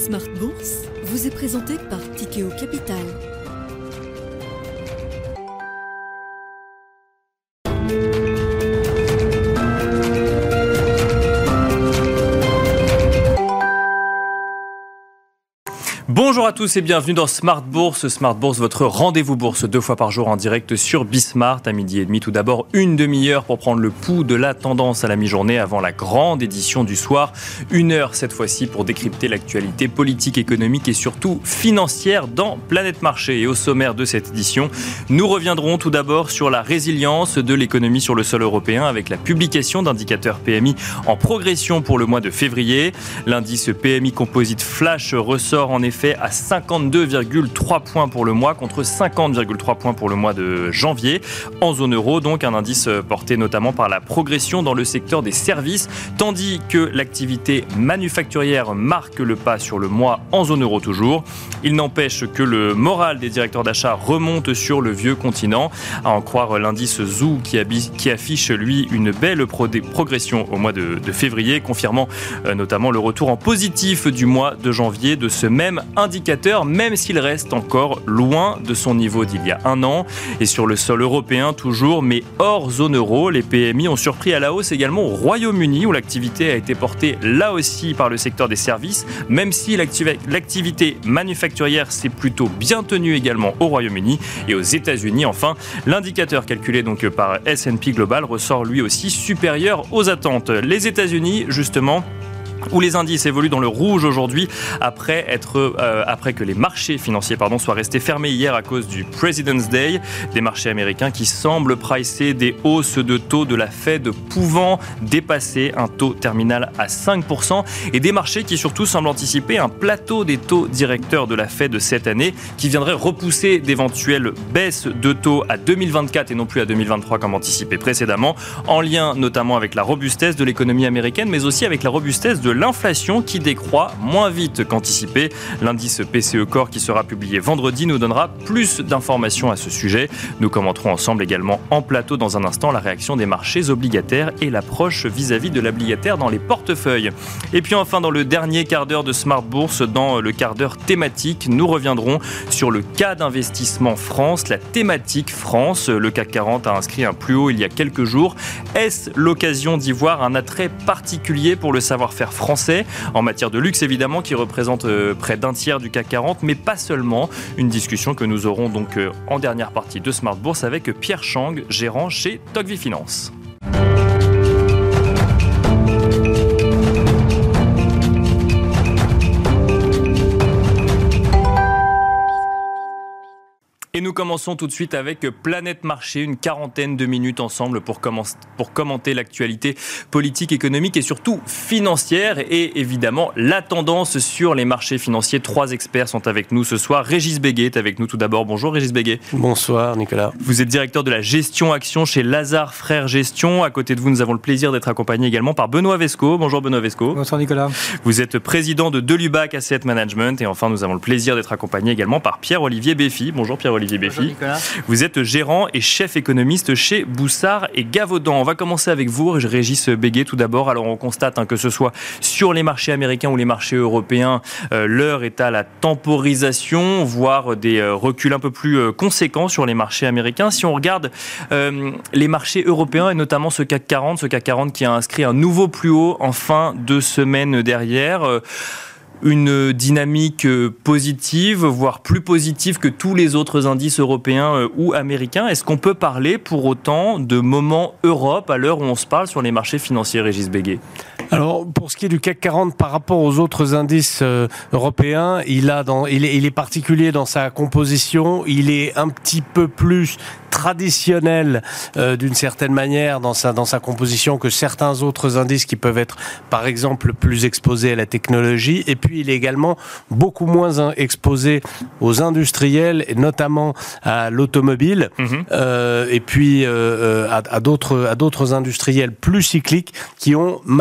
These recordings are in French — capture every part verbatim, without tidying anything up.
Smart Bourse vous est présenté par Tikeo Capital. Bonjour à tous et bienvenue dans Smart Bourse. Smart Bourse, votre rendez-vous bourse deux fois par jour en direct sur Bismart à midi et demi. Tout d'abord, une demi-heure pour prendre le pouls de la tendance à la mi-journée avant la grande édition du soir. Une heure cette fois-ci pour décrypter l'actualité politique, économique et surtout financière dans Planète Marché. Et au sommaire de cette édition, nous reviendrons tout d'abord sur la résilience de l'économie sur le sol européen avec la publication d'indicateurs P M I en progression pour le mois de février. L'indice P M I Composite Flash ressort en effet à cinquante-deux virgule trois points pour le mois contre cinquante virgule trois points pour le mois de janvier. En zone euro, donc un indice porté notamment par la progression dans le secteur des services, tandis que l'activité manufacturière marque le pas sur le mois en zone euro toujours. Il n'empêche que le moral des directeurs d'achat remonte sur le vieux continent, à en croire l'indice Zoo qui, habi- qui affiche lui une belle pro- progression au mois de, de février, confirmant euh, notamment le retour en positif du mois de janvier de ce même indicateur, même s'il reste encore loin de son niveau d'il y a un an. Et sur le sol européen toujours, mais hors zone euro, les P M I ont surpris à la hausse également au Royaume-Uni, où l'activité a été portée là aussi par le secteur des services, même si l'activ- l'activité manufacturière s'est plutôt bien tenue également au Royaume-Uni. Et aux États-Unis, enfin, l'indicateur calculé donc par S and P Global ressort lui aussi supérieur aux attentes. Les États-Unis, justement, où les indices évoluent dans le rouge aujourd'hui après, être, euh, après que les marchés financiers pardon, soient restés fermés hier à cause du President's Day. Des marchés américains qui semblent pricer des hausses de taux de la Fed pouvant dépasser un taux terminal à cinq pour cent et des marchés qui surtout semblent anticiper un plateau des taux directeurs de la Fed cette année qui viendrait repousser d'éventuelles baisses de taux à deux mille vingt-quatre et non plus à deux mille vingt-trois comme anticipé précédemment, en lien notamment avec la robustesse de l'économie américaine mais aussi avec la robustesse de l'inflation qui décroît moins vite qu'anticipé. L'indice P C E Core qui sera publié vendredi nous donnera plus d'informations à ce sujet. Nous commenterons ensemble également en plateau dans un instant la réaction des marchés obligataires et l'approche vis-à-vis de l'obligataire dans les portefeuilles. Et puis enfin dans le dernier quart d'heure de Smart Bourse, dans le quart d'heure thématique, nous reviendrons sur le cas d'investissement France, la thématique France. Le C A C quarante a inscrit un plus haut il y a quelques jours. Est-ce l'occasion d'y voir un attrait particulier pour le savoir-faire français français, en matière de luxe évidemment, qui représente euh, près d'un tiers du C A C quarante, mais pas seulement. Une discussion que nous aurons donc euh, en dernière partie de Smart Bourse avec Pierre Chang, gérant chez Tocqueville Finance. Et nous commençons tout de suite avec Planète Marché, une quarantaine de minutes ensemble pour, commencer, pour commenter l'actualité politique, économique et surtout financière. Et évidemment, la tendance sur les marchés financiers. Trois experts sont avec nous ce soir. Régis Béguet est avec nous tout d'abord. Bonjour Régis Béguet. Bonsoir Nicolas. Vous êtes directeur de la gestion action chez Lazare Frères Gestion. À côté de vous, nous avons le plaisir d'être accompagné également par Benoît Vesco. Bonjour Benoît Vesco. Bonsoir Nicolas. Vous êtes président de Delubac Asset Management. Et enfin, nous avons le plaisir d'être accompagné également par Pierre-Olivier Béfi. Bonjour Pierre-Olivier. Olivier Béfi. Vous êtes gérant et chef économiste chez Boussard et Gavaudan. On va commencer avec vous, Régis Béguet, tout d'abord. Alors, on constate hein, que ce soit sur les marchés américains ou les marchés européens, euh, l'heure est à la temporisation, voire des euh, reculs un peu plus euh, conséquents sur les marchés américains. Si on regarde euh, les marchés européens et notamment ce C A C quarante, ce C A C quarante qui a inscrit un nouveau plus haut en fin de semaine dernière, euh, une dynamique positive, voire plus positive que tous les autres indices européens ou américains. Est-ce qu'on peut parler pour autant de moment Europe à l'heure où on se parle sur les marchés financiers, Régis Béguet ? Alors, pour ce qui est du C A C quarante, par rapport aux autres indices euh, européens, il, a dans, il, est, il est particulier dans sa composition, il est un petit peu plus traditionnel euh, d'une certaine manière dans sa, dans sa composition que certains autres indices qui peuvent être, par exemple, plus exposés à la technologie. Et puis, il est également beaucoup moins exposé aux industriels, et notamment à l'automobile, mmh. euh, et puis euh, à, à, d'autres, à d'autres industriels plus cycliques qui ont, malgré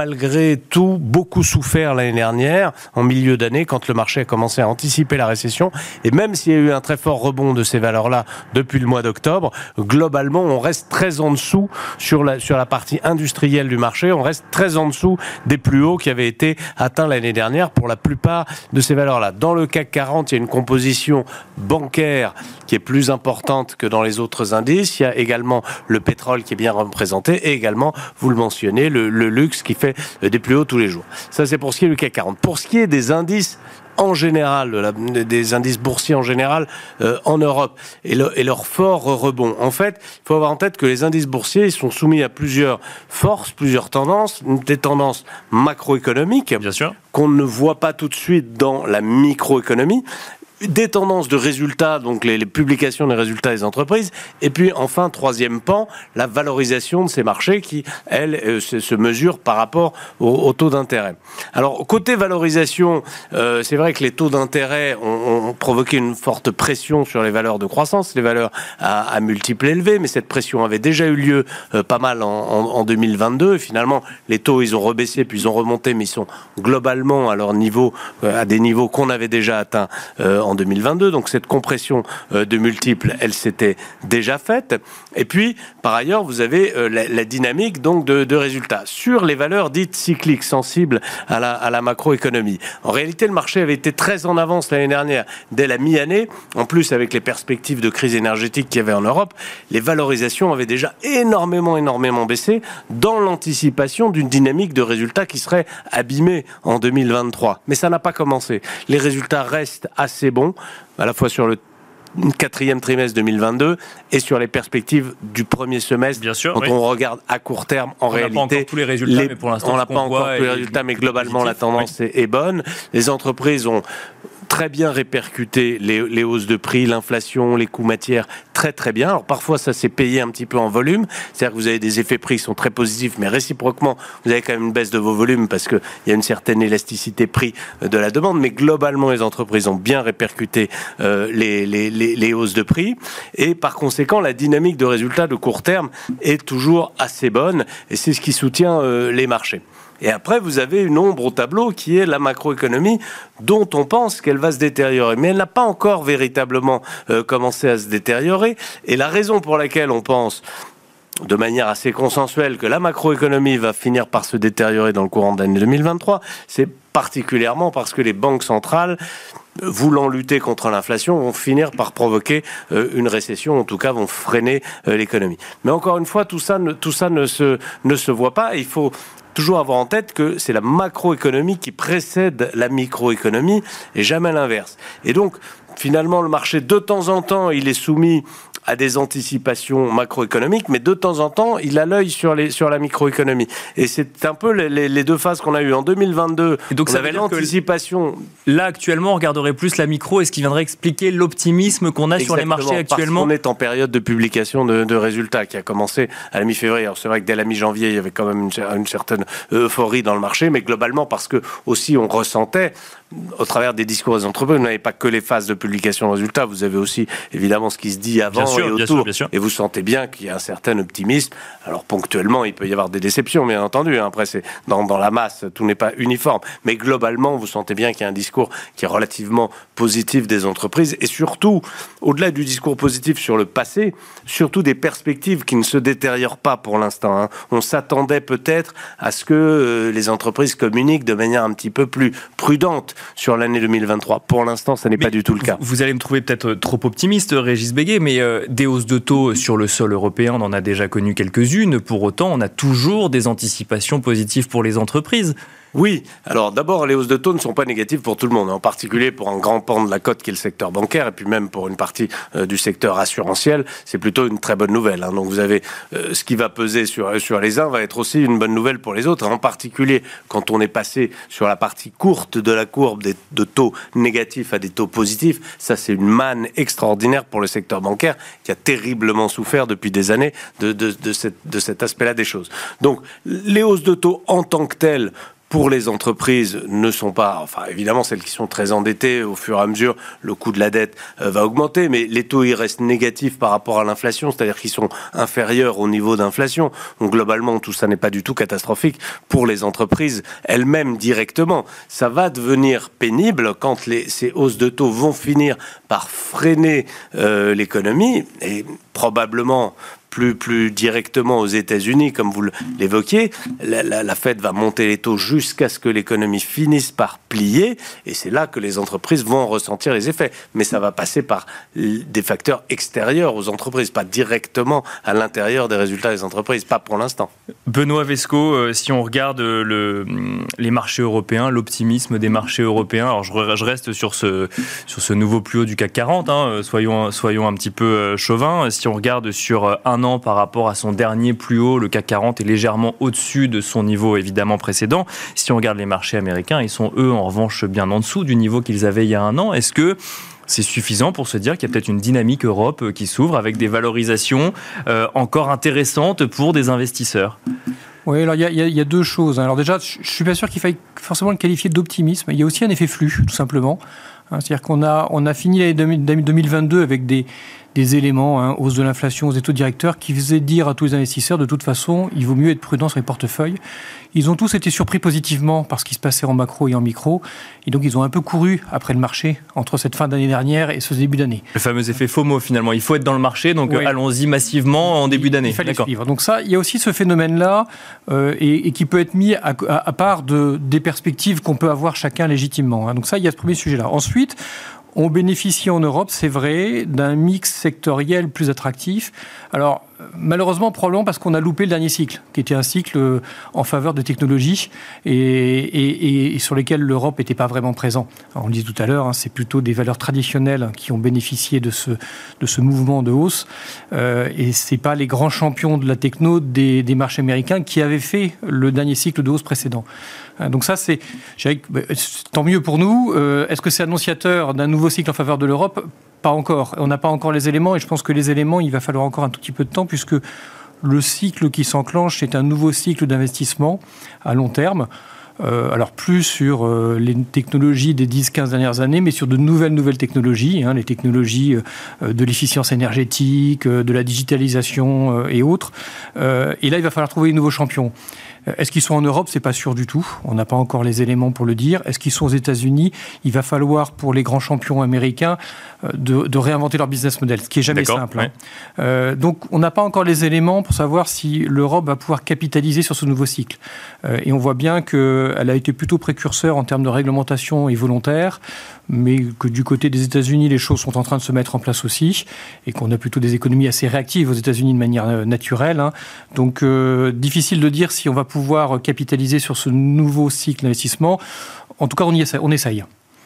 malgré tout beaucoup souffert l'année dernière, en milieu d'année, quand le marché a commencé à anticiper la récession. Et même s'il y a eu un très fort rebond de ces valeurs-là depuis le mois d'octobre, globalement, on reste très en dessous sur la, sur la partie industrielle du marché. On reste très en dessous des plus hauts qui avaient été atteints l'année dernière pour la plupart de ces valeurs-là. Dans le C A C quarante, il y a une composition bancaire qui est plus importante que dans les autres indices. Il y a également le pétrole qui est bien représenté et également, vous le mentionnez, le, le luxe qui fait des plus hauts tous les jours. Ça, c'est pour ce qui est du C A C quarante. Pour ce qui est des indices en général, des indices boursiers en général euh, en Europe et, le, et leur fort rebond. En fait, il faut avoir en tête que les indices boursiers sont soumis à plusieurs forces, plusieurs tendances, des tendances macroéconomiques, bien sûr, qu'on ne voit pas tout de suite dans la microéconomie, des tendances de résultats, donc les, les publications des résultats des entreprises, et puis enfin, troisième pan, la valorisation de ces marchés qui, elle, euh, se, se mesure par rapport au, au taux d'intérêt. Alors, côté valorisation, euh, c'est vrai que les taux d'intérêt ont, ont provoqué une forte pression sur les valeurs de croissance, les valeurs à, à multiples élevés, mais cette pression avait déjà eu lieu euh, pas mal en, en, en deux mille vingt-deux, et finalement, les taux, ils ont rebaissé, puis ils ont remonté, mais ils sont globalement à leur niveau, euh, à des niveaux qu'on avait déjà atteints euh, en en deux mille vingt-deux, donc cette compression euh, de multiples, elle s'était déjà faite. Et puis, par ailleurs, vous avez euh, la, la dynamique donc de, de résultats sur les valeurs dites cycliques, sensibles à la, à la macroéconomie. En réalité, le marché avait été très en avance l'année dernière, dès la mi-année. En plus, avec les perspectives de crise énergétique qu'il y avait en Europe, les valorisations avaient déjà énormément, énormément baissé dans l'anticipation d'une dynamique de résultats qui serait abîmée en deux mille vingt-trois. Mais ça n'a pas commencé. Les résultats restent assez bons, à la fois sur le quatrième trimestre deux mille vingt-deux et sur les perspectives du premier semestre. Bien sûr, quand oui. on regarde à court terme, en on réalité, n'a pas encore tous les résultats, les, mais pour l'instant, on n'a pas encore tous les résultats, mais globalement, la tendance oui. est, est bonne. Les entreprises ont très bien répercuté les, les hausses de prix, l'inflation, les coûts matières, très très bien. Alors parfois ça s'est payé un petit peu en volume, c'est-à-dire que vous avez des effets prix qui sont très positifs, mais réciproquement vous avez quand même une baisse de vos volumes parce qu'il y a une certaine élasticité prix de la demande, mais globalement les entreprises ont bien répercuté euh, les, les, les, les hausses de prix et par conséquent la dynamique de résultats de court terme est toujours assez bonne et c'est ce qui soutient euh, les marchés. Et après, vous avez une ombre au tableau qui est la macroéconomie dont on pense qu'elle va se détériorer. Mais elle n'a pas encore véritablement euh, commencé à se détériorer. Et la raison pour laquelle on pense de manière assez consensuelle que la macroéconomie va finir par se détériorer dans le courant de l'année deux mille vingt-trois, c'est particulièrement parce que les banques centrales, voulant lutter contre l'inflation, vont finir par provoquer euh, une récession, en tout cas vont freiner euh, l'économie. Mais encore une fois, tout ça ne, tout ça ne se, ne se voit pas. Il faut toujours avoir en tête que c'est la macroéconomie qui précède la microéconomie et jamais l'inverse. Et donc, finalement, le marché, de temps en temps, il est soumis à des anticipations macroéconomiques, mais de temps en temps, il a l'œil sur, les, sur la microéconomie. Et c'est un peu les, les deux phases qu'on a eues. En deux mille vingt-deux, et donc on ça avait l'anticipation. Là, actuellement, on regarderait plus la micro et ce qui viendrait expliquer l'optimisme qu'on a Exactement, sur les marchés actuellement. Parce qu'on est en période de publication de, de résultats qui a commencé à la mi-février. Alors c'est vrai que dès la mi-janvier, il y avait quand même une, une certaine euphorie dans le marché, mais globalement parce que aussi on ressentait au travers des discours des entreprises, vous n'avez pas que les phases de publication de résultats, vous avez aussi évidemment ce qui se dit avant sûr, et autour, bien sûr, bien sûr. Et vous sentez bien qu'il y a un certain optimisme. Alors ponctuellement, il peut y avoir des déceptions, bien entendu. Après, c'est dans, dans la masse, tout n'est pas uniforme. Mais globalement, vous sentez bien qu'il y a un discours qui est relativement positif des entreprises. Et surtout, au-delà du discours positif sur le passé, surtout des perspectives qui ne se détériorent pas pour l'instant. Hein. On s'attendait peut-être à ce que euh, les entreprises communiquent de manière un petit peu plus prudente sur l'année deux mille vingt-trois. Pour l'instant, ça n'est mais pas du tout le cas. Vous allez me trouver peut-être trop optimiste, Régis Béguet, mais euh, des hausses de taux sur le sol européen, on en a déjà connu quelques-unes. Pour autant, on a toujours des anticipations positives pour les entreprises. Oui, alors d'abord les hausses de taux ne sont pas négatives pour tout le monde, en particulier pour un grand pan de la cote qui est le secteur bancaire et puis même pour une partie euh, du secteur assurantiel, c'est plutôt une très bonne nouvelle. Hein. Donc vous avez euh, ce qui va peser sur, sur les uns va être aussi une bonne nouvelle pour les autres, en particulier quand on est passé sur la partie courte de la courbe des, de taux négatifs à des taux positifs. Ça c'est une manne extraordinaire pour le secteur bancaire qui a terriblement souffert depuis des années de, de, de, cette, de cet aspect-là des choses. Donc les hausses de taux en tant que telles pour les entreprises ne sont pas, enfin évidemment celles qui sont très endettées, au fur et à mesure le coût de la dette euh, va augmenter, mais les taux ils restent négatifs par rapport à l'inflation, c'est-à-dire qu'ils sont inférieurs au niveau d'inflation. Donc globalement tout ça n'est pas du tout catastrophique pour les entreprises elles-mêmes directement. Ça va devenir pénible quand les, ces hausses de taux vont finir par freiner euh, l'économie et probablement Plus, plus directement aux États-Unis, comme vous l'évoquiez, la, la, la Fed va monter les taux jusqu'à ce que l'économie finisse par plier, et c'est là que les entreprises vont ressentir les effets. Mais ça va passer par des facteurs extérieurs aux entreprises, pas directement à l'intérieur des résultats des entreprises, pas pour l'instant. Benoît Vesco, euh, si on regarde le, les marchés européens, l'optimisme des marchés européens, alors je, je reste sur ce, sur ce nouveau plus haut du C A C quarante, hein, soyons, soyons un petit peu chauvins. Si on regarde sur un an par rapport à son dernier plus haut, le C A C quarante est légèrement au-dessus de son niveau évidemment précédent. Si on regarde les marchés américains, ils sont eux en revanche bien en dessous du niveau qu'ils avaient il y a un an. Est-ce que c'est suffisant pour se dire qu'il y a peut-être une dynamique Europe qui s'ouvre avec des valorisations euh, encore intéressantes pour des investisseurs ? Oui, alors il y, y, y a deux choses. Alors déjà, je ne suis pas sûr qu'il faille forcément le qualifier d'optimisme. Il y a aussi un effet flux, tout simplement. C'est-à-dire qu'on a, on a fini l'année deux mille vingt-deux avec des, des éléments, hein, hausse de l'inflation, hausse des taux directeurs, qui faisaient dire à tous les investisseurs, de toute façon, il vaut mieux être prudent sur les portefeuilles. Ils ont tous été surpris positivement par ce qui se passait en macro et en micro. Et donc, ils ont un peu couru après le marché entre cette fin d'année dernière et ce début d'année. Le fameux effet FOMO, finalement. Il faut être dans le marché, donc oui. allons-y massivement en début d'année. Il fallait suivre. Donc ça, il y a aussi ce phénomène-là euh, et, et qui peut être mis à, à, à part de, des perspectives qu'on peut avoir chacun légitimement. Hein. Donc ça, il y a ce premier sujet-là. Ensuite, on bénéficie en Europe, c'est vrai, d'un mix sectoriel plus attractif. Alors, malheureusement, probablement parce qu'on a loupé le dernier cycle, qui était un cycle en faveur de technologies et, et, et sur lesquels l'Europe n'était pas vraiment présent. Alors, on le disait tout à l'heure, hein, c'est plutôt des valeurs traditionnelles qui ont bénéficié de ce, de ce mouvement de hausse. Euh, et ce n'est pas les grands champions de la techno des, des marchés américains qui avaient fait le dernier cycle de hausse précédent. Donc ça, c'est, tant mieux pour nous. Euh, est-ce que c'est annonciateur d'un nouveau cycle en faveur de l'Europe ? Pas encore. On n'a pas encore les éléments et je pense que les éléments, il va falloir encore un tout petit peu de temps puisque le cycle qui s'enclenche, c'est un nouveau cycle d'investissement à long terme. Euh, alors plus sur euh, les technologies des dix à quinze dernières années, mais sur de nouvelles, nouvelles technologies, hein, les technologies euh, de l'efficience énergétique, euh, de la digitalisation euh, et autres. Euh, et là, il va falloir trouver de nouveaux champions. Est-ce qu'ils sont en Europe ? C'est pas sûr du tout. On n'a pas encore les éléments pour le dire. Est-ce qu'ils sont aux États-Unis ? Il va falloir, pour les grands champions américains, de, de réinventer leur business model, ce qui est jamais D'accord, simple. ouais. Hein. Euh, donc, on n'a pas encore les éléments pour savoir si l'Europe va pouvoir capitaliser sur ce nouveau cycle. Euh, et on voit bien qu'elle a été plutôt précurseur en termes de réglementation et volontaire, mais que du côté des États-Unis, les choses sont en train de se mettre en place aussi, et qu'on a plutôt des économies assez réactives aux États-Unis de manière euh, naturelle. Hein. Donc, euh, difficile de dire si on va pouvoir capitaliser sur ce nouveau cycle d'investissement. En tout cas, on y essaie, on essaye.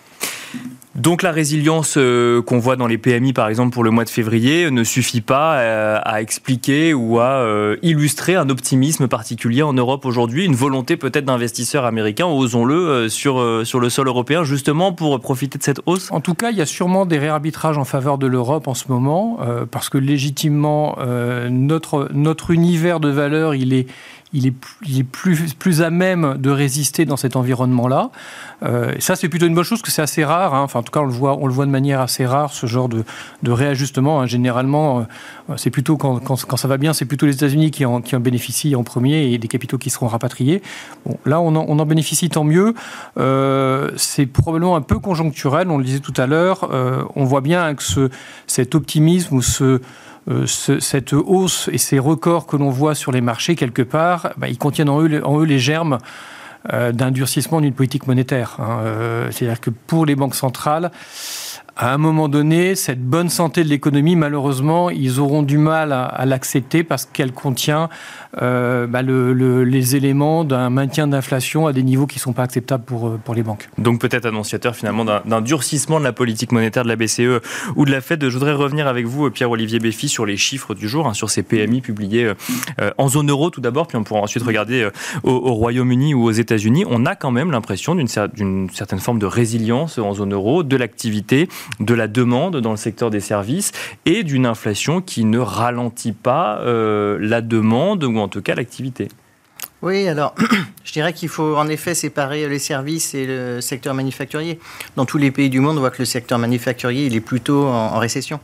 Donc la résilience euh, qu'on voit dans les P M I, par exemple, pour le mois de février, ne suffit pas euh, à expliquer ou à euh, illustrer un optimisme particulier en Europe aujourd'hui, une volonté peut-être d'investisseurs américains, osons-le, euh, sur, euh, sur le sol européen, justement pour profiter de cette hausse ? En tout cas, il y a sûrement des réarbitrages en faveur de l'Europe en ce moment, euh, parce que légitimement, euh, notre, notre univers de valeurs, il est... il est, il est plus, plus à même de résister dans cet environnement-là. Euh, ça, c'est plutôt une bonne chose, parce que c'est assez rare. Hein. Enfin, en tout cas, on le voit, on le voit de manière assez rare, ce genre de, de réajustement. Hein. Généralement, euh, c'est plutôt quand, quand, quand ça va bien, c'est plutôt les États-Unis qui en, qui en bénéficient en premier et des capitaux qui seront rapatriés. Bon, là, on en, on en bénéficie tant mieux. Euh, c'est probablement un peu conjoncturel, on le disait tout à l'heure. Euh, on voit bien que ce, cet optimisme ou ce... Euh, ce, cette hausse et ces records que l'on voit sur les marchés, quelque part, bah, ils contiennent en eux, en eux les germes euh, d'un durcissement d'une politique monétaire. Hein. Euh, c'est-à-dire que pour les banques centrales, à un moment donné, cette bonne santé de l'économie, malheureusement, ils auront du mal à, à l'accepter parce qu'elle contient euh, bah, le, le, les éléments d'un maintien d'inflation à des niveaux qui ne sont pas acceptables pour, pour les banques. Donc peut-être annonciateur finalement d'un, d'un durcissement de la politique monétaire de la B C E ou de la Fed. Je voudrais revenir avec vous, Pierre-Olivier Béfi, sur les chiffres du jour, hein, sur ces P M I publiés euh, en zone euro tout d'abord, puis on pourra ensuite regarder euh, au, au Royaume-Uni ou aux États-Unis. On a quand même l'impression d'une, cer- d'une certaine forme de résilience en zone euro, de l'activité, de la demande dans le secteur des services et d'une inflation qui ne ralentit pas euh, la demande ou en tout cas l'activité. Oui, alors, je dirais qu'il faut en effet séparer les services et le secteur manufacturier. Dans tous les pays du monde, on voit que le secteur manufacturier, il est plutôt en, en récession.